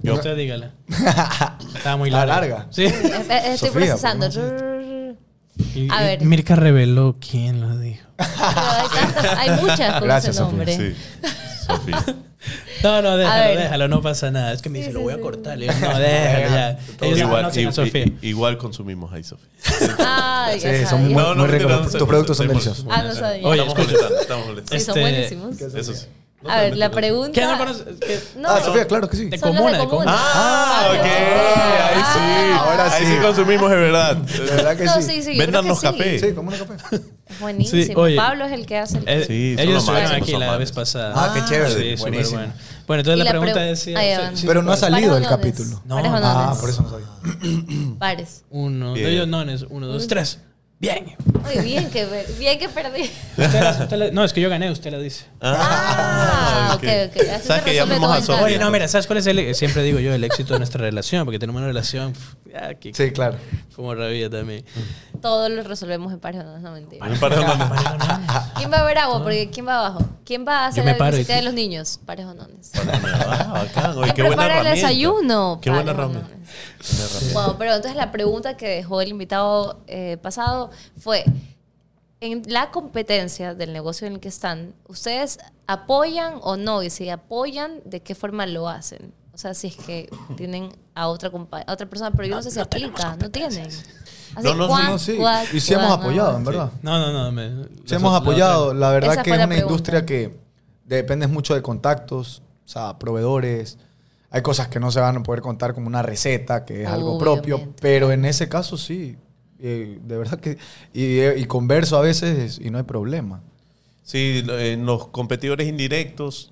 Usted dígala. Estaba muy larga. larga. Sí. Estoy Sofía, procesando. A ver. Mirka reveló quién lo dijo. Hay muchas con Gracias, ese nombre. Sí. Sofía. No, déjalo, no pasa nada. Es que me dice, lo voy a cortar. Le digo, no, déjalo ya. Igual consumimos ahí, Sofía. Ay, Sí, son muy ricos. Tus productos son deliciosos. Ah, no sabía. Oye, estamos molestando. Son buenísimos. Eso sí. A ver, la pregunta... ¿Qué no conoces? No. Sofía, claro que sí. De Son los comuna, de de comuna. Ah, ok. Ahí sí. Ahora sí. Ahí sí consumimos, es verdad. De verdad que No, sí. sí, yo Véndanos creo que café. Sí, como un café. Es buenísimo. Sí, oye. Pablo es el que hace el... Sí, son ellos los estuvieron máximos, aquí son la máximos. vez pasada. Ah, qué chévere. Sí, Buenísimo. súper bueno. Bueno, entonces Y la la pregunta pre- decía... ahí van. Pero no ha salido el Pares capítulo. No. Pares o Ah, nones. por eso no sabía. Pares. Uno, Bien. ellos nones. 1, 2, 3. Bien. Muy bien que perdí. No, es que yo gané, usted lo dice. Ok. Así ¿Sabes se que resuelve llamemos todo a en Sofía? casa. Oye, no, mira, ¿sabes cuál es siempre digo yo, el éxito de nuestra relación? Porque tenemos una relación... Aquí, Sí, claro. como rabia también. Todo lo resolvemos en pares o nones, no mentira. Me parece una- ¿Quién va a ver agua? Porque ¿quién va abajo? ¿Quién va a hacer Yo me la paro y visita tú. de los niños? Pares o nones. Bacán. Oye, ¿Quién qué buena prepara el herramienta. desayuno? Qué buena Pares o herramienta. nones. Wow, pero entonces la pregunta que dejó el invitado pasado fue, en la competencia del negocio en el que están, ¿ustedes apoyan o no? Y si apoyan, ¿de qué forma lo hacen? O sea, si es que tienen a otra persona, pero yo no sé si aplica, no tienen. Así, No, sí. Y sí hemos apoyado, en verdad. No. Sí hemos apoyado. La verdad Esa que fue es la una pregunta. industria que depende mucho de contactos, o sea, proveedores. Hay cosas que no se van a poder contar como una receta, que es algo propio. Obviamente. Pero en ese caso sí. De verdad que... Y converso a veces y no hay problema. Sí, en los competidores indirectos,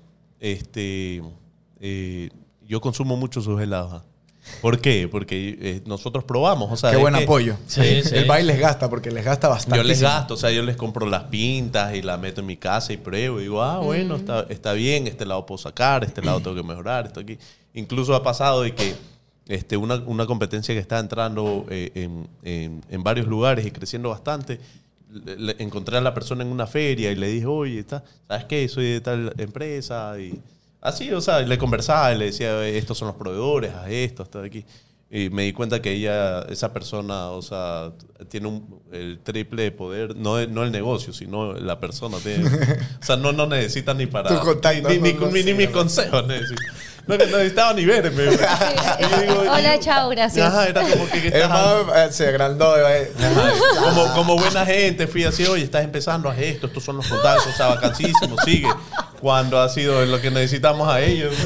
yo consumo mucho sus helados. ¿Por qué? Porque nosotros probamos. O sea, Qué buen apoyo. Sí. El baile les gasta porque les gasta bastante. Yo les gasto, o sea, yo les compro las pintas y la meto en mi casa y pruebo. Y digo, bueno, está bien, este lado puedo sacar, este lado tengo que mejorar, esto aquí. Incluso ha pasado de que una competencia que está entrando en varios lugares y creciendo bastante, encontré a la persona en una feria y le dije, oye, ¿sabes qué? Soy de tal empresa y... Así, o sea, le conversaba y le decía, estos son los proveedores, haz esto, hasta aquí. Y me di cuenta que esa persona, o sea, tiene el triple de poder, no el negocio, sino la persona. O sea, no necesita ni para... Tu contacto, ni mis consejos necesita. No necesitaba ni verme. Hola, chao, gracias. Ajá, era como que Se agrandó. como buena gente, fui así, oye, estás empezando, haz esto, estos son los contactos, o sea, vacancísimo, sigue. Cuando ha sido lo que necesitamos a ellos.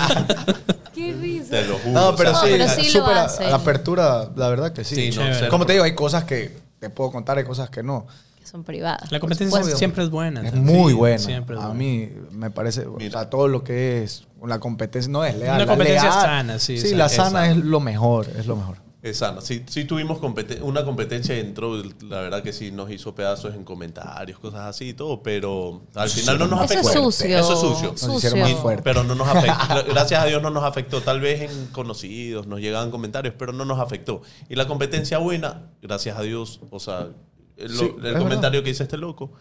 Qué risa. Te lo juro. No, pero o sea, pero sí, sí lo súper hacen. la apertura, la verdad que sí. Sí, no, Chévere. Como te digo, hay cosas que te puedo contar, hay cosas que no. Que son privadas. La por competencia supuesto. siempre es buena. Es también. muy Sí, buena. siempre es A buena. mí me parece, o Mira. sea, todo lo que es la competencia no es legal. Una la competencia legal- sana, sí, Sí, sana. la sana Exacto. es lo mejor, es lo mejor. Es sana. Sí tuvimos una competencia dentro, la verdad que sí nos hizo pedazos en comentarios, cosas así y todo, pero al final no nos Eso es afectó. sucio. Eso es sucio. Nos hicieron más Sucio. fuerte. Pero no nos afectó. Gracias a Dios no nos afectó. Tal vez en conocidos nos llegaban comentarios, pero no nos afectó. Y la competencia buena, gracias a Dios, o sea, Sí, el es comentario verdad. que dice este loco,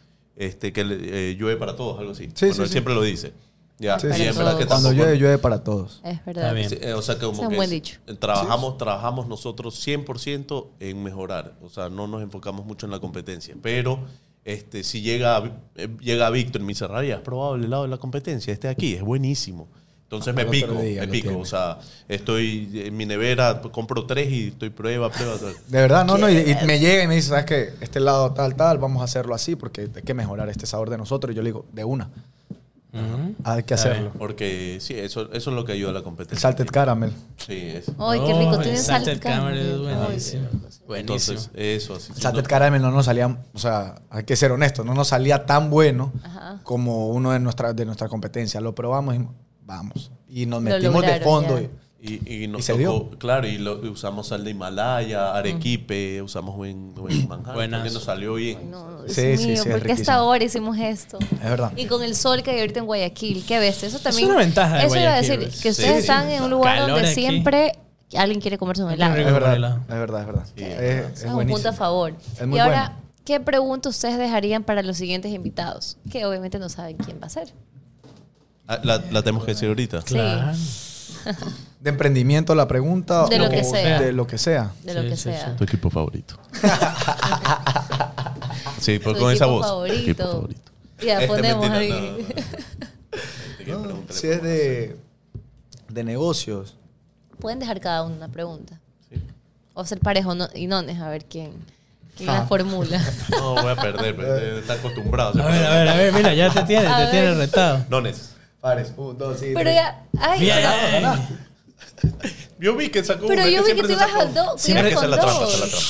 que llueve para todos, algo así. Sí, Bueno, sí, él sí. siempre lo dice. Ya, Sí, y sí, en sí. verdad que Cuando tampoco- llueve, llueve para todos. Es verdad. Está bien. Sí, o sea, como Ese es un que buen dicho. trabajamos nosotros 100% en mejorar. O sea, no nos enfocamos mucho en la competencia. Pero si llega Víctor y me dice, Rabia, ¿has probado el helado de la competencia? Este de aquí es buenísimo. Entonces me Al pico, otro día lo tiene. O sea, estoy en mi nevera, compro 3 y estoy prueba. De verdad, no, y me llega y me dice, ¿sabes qué? Este lado tal, vamos a hacerlo así porque hay que mejorar este sabor de nosotros. Y yo le digo, de una, Ujú. hay que Está hacerlo. Porque sí, eso es lo que ayuda a la El competencia. salted caramel. Sí, eso. Ay, qué rico. Oh, Tiene el salted salted caramel es caramel. buenísimo. Buenísimo. Entonces, eso así. El salted caramel no nos salía, o sea, hay que ser honestos, no nos salía tan bueno Ajá. como uno de nuestra competencia. Lo probamos y vamos. Y nos Lo metimos de lograron fondo. ya. Y nos Y se tocó, dio. claro, usamos sal de Himalaya, arequipe, usamos buen manjar, Buenazo. también nos salió bien. Ay, no, Dios Sí, sí, mío, sí, es ¿por qué riquísimo. hasta ahora hicimos esto? Es verdad. Y con el sol que hay ahorita en Guayaquil, qué bestia. Eso también. una ventaja de Eso iba a Guayaquil, decir, pues. que ustedes Sí, están sí. en un lugar Calor donde aquí. siempre alguien quiere comerse un helado. rico. Es Con verdad, helado. es verdad. Sí, es Es un buenísimo. punto a favor. Es muy Y ahora, bueno. ¿qué pregunta ustedes dejarían para los siguientes invitados? Que obviamente no saben quién va a ser. La tenemos que decir ahorita. Claro. de emprendimiento la pregunta. De lo que sea. De lo que sea. De lo que sea. Tu equipo favorito. Sí, pues con esa voz. Tu equipo favorito. Ya, ponemos ahí. Si es de negocios. Pueden dejar cada uno una pregunta. Sí. O ser parejo y nones, a ver quién la formula. No, voy a perder, está acostumbrado. A ver, mira, ya te tiene retado. Nones. Pares, 1, 2, 3. Pero ya, Ganaste. Yo vi que sacó pero yo vi que te ibas al 2. Siempre que se la trampa,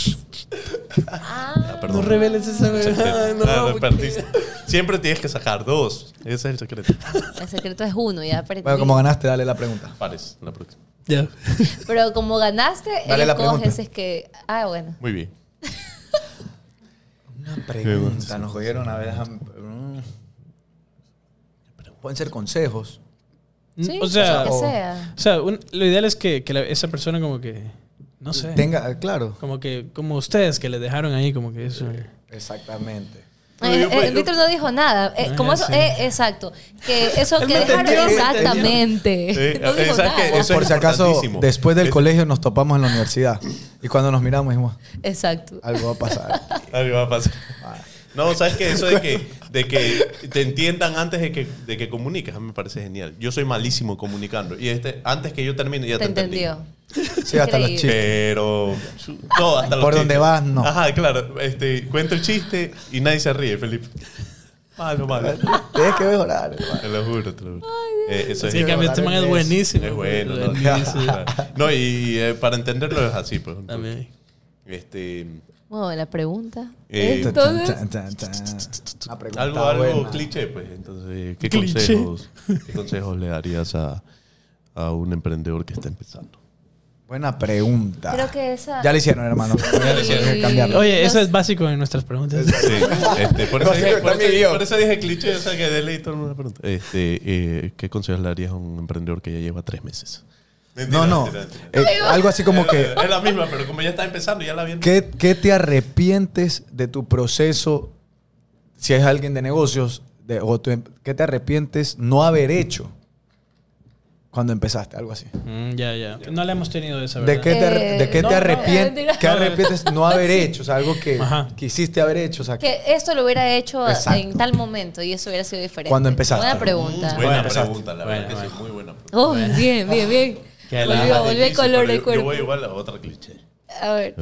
perdón. No reveles esa verdad. Perdiste. Siempre tienes que sacar 2. Ese es el secreto. El secreto es 1, ya perdí. Bueno, como ganaste, dale la pregunta. Pares, la próxima. Ya. Pero como ganaste, dale la escoges pregunta. es que... bueno. Muy bien. Una pregunta. Nos jodieron a ver. Pueden ser consejos. Sí, o sea, lo que sea. O sea, lo ideal es que esa persona como que, no sé. Tenga, claro. Como ustedes que le dejaron ahí como que eso. Exactamente. Víctor no dijo nada. Como eso, exacto. Que eso que dejaron exactamente. Sí, no dijo nada. Eso por es si acaso, después del Es- colegio nos topamos en la universidad. Y cuando nos miramos dijimos, Exacto. algo va a pasar. Algo va a pasar. No, ¿sabes qué? Eso de que te entiendan antes de que comuniques, a mí me parece genial. Yo soy malísimo comunicando. Y antes que yo termine, ya te entendí. entendió. Sí, hasta los chistes. Pero... No, hasta los Por donde chistes. vas, no. Ajá, claro. Cuento el chiste y nadie se ríe, Felipe. Malo. Tienes que mejorar, hermano. Te lo juro. Eso es Sí, que este man es buenísimo. Es bueno. ¿no? Buenísimo. No, y para entenderlo es así, pues. También. Bueno, la pregunta. Entonces, Entonces, Algo cliché, pues. Entonces, ¿qué consejos le darías a un emprendedor que está empezando? buena pregunta. creo que esa... Ya le hicieron, hermano. Hay que cambiarlo. Oye, eso es básico en nuestras preguntas. Sí, por eso dije cliché, o sea que de ley todo el mundo pregunta. ¿Qué consejos le darías a un emprendedor que ya lleva 3 meses? Mentira, No. mentira. Algo así como que... Es la misma, pero como ya está empezando, ya la viene. ¿Qué te arrepientes de tu proceso, si es alguien de negocios, qué te arrepientes no haber hecho cuando empezaste? Algo así. Ya. No la hemos tenido de esa, ¿De ¿verdad? qué te no, arrepientes? ¿Qué arrepientes no haber hecho? O sea, algo que Ajá. quisiste haber hecho. O sea, Que esto lo hubiera hecho Exacto. en tal momento y eso hubiera sido diferente. Cuando empezaste. Buena pregunta. Buena empezaste. pregunta, la verdad que sí, muy buena pregunta. Oh, bien. Que Volvió el color del Yo cuerpo. voy igual a otra cliché. A ver.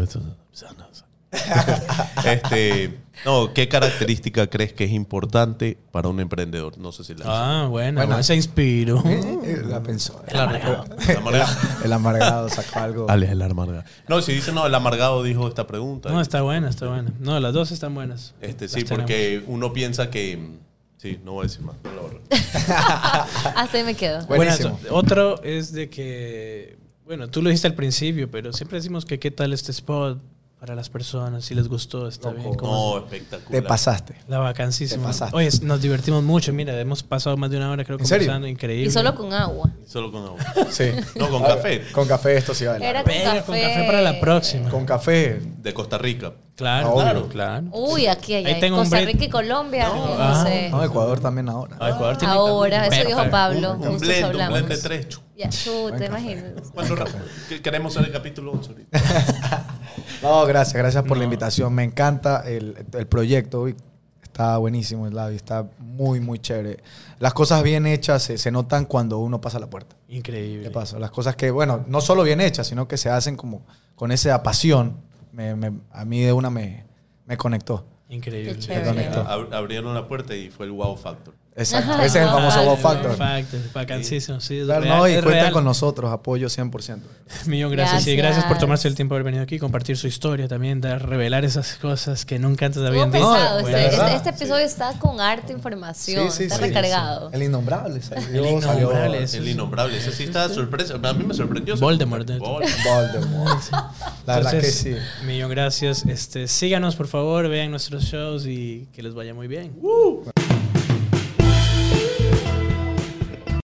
No, ¿qué característica crees que es importante para un emprendedor? No sé si la Bueno, se inspiró. la pensó. el El amargado sacó algo. Alex, el amargado. No, si dice no, el amargado dijo esta pregunta. No, está buena. No, las dos están buenas. Sí, Las porque uno piensa que... Sí, no voy a decir más. No lo borro. Hasta ahí me quedo. Buenísimo. Bueno, otro es de que, bueno, tú lo dijiste al principio, pero siempre decimos que qué tal este spot para las personas, si les gustó, está bien. No, espectacular. Te pasaste. La vacancísima. Te pasaste. Oye, nos divertimos mucho, mira, hemos pasado más de una hora, creo, ¿En serio? conversando, increíble. Y solo con agua. Solo con agua. Sí. No, con café. Con café esto sí va a Era bailar. con Pero con café para la próxima. Con café. De Costa Rica. Claro, Obvio. claro. Uy, aquí hay Ahí tengo un Costa break. Rica y Colombia. No sé. No, Ecuador también ahora. Ecuador tiene Ahora, eso Perfecto. dijo Pablo. Un Justo blend hablamos. de 3. Ya, te imaginas. ¿Cuándo queremos hacer el capítulo 11 ahorita? No, gracias por la invitación. Me encanta el proyecto. Uy, está buenísimo el labio, está muy, muy chévere. Las cosas bien hechas se notan cuando uno pasa la puerta. Increíble. ¿Qué pasa? Las cosas que, bueno, no solo bien hechas, sino que se hacen como con esa pasión. A mí de una me conectó. Increíble. Qué chévere. Me conectó. Abrieron la puerta y fue el wow factor. Exacto. Ese es el famoso wow factor. Vacancísimo, sí. Es Claro, real, no, y es cuenten real. con nosotros, apoyo 100%. Millón gracias. Y gracias por Gracias. tomarse el tiempo de haber venido aquí, compartir su historia también, revelar esas cosas que nunca antes habían Estuvo dicho. pesado. No, la verdad. Este episodio está con harta información. está recargado. El innombrable salió. El innombrable. salió- Eso El innombrable. Ese sí está sorpresa. A mí me sorprendió. Voldemort. Voldemort. La verdad que sí. Millón gracias. Síganos, por favor, vean nuestros shows y que les vaya muy bien.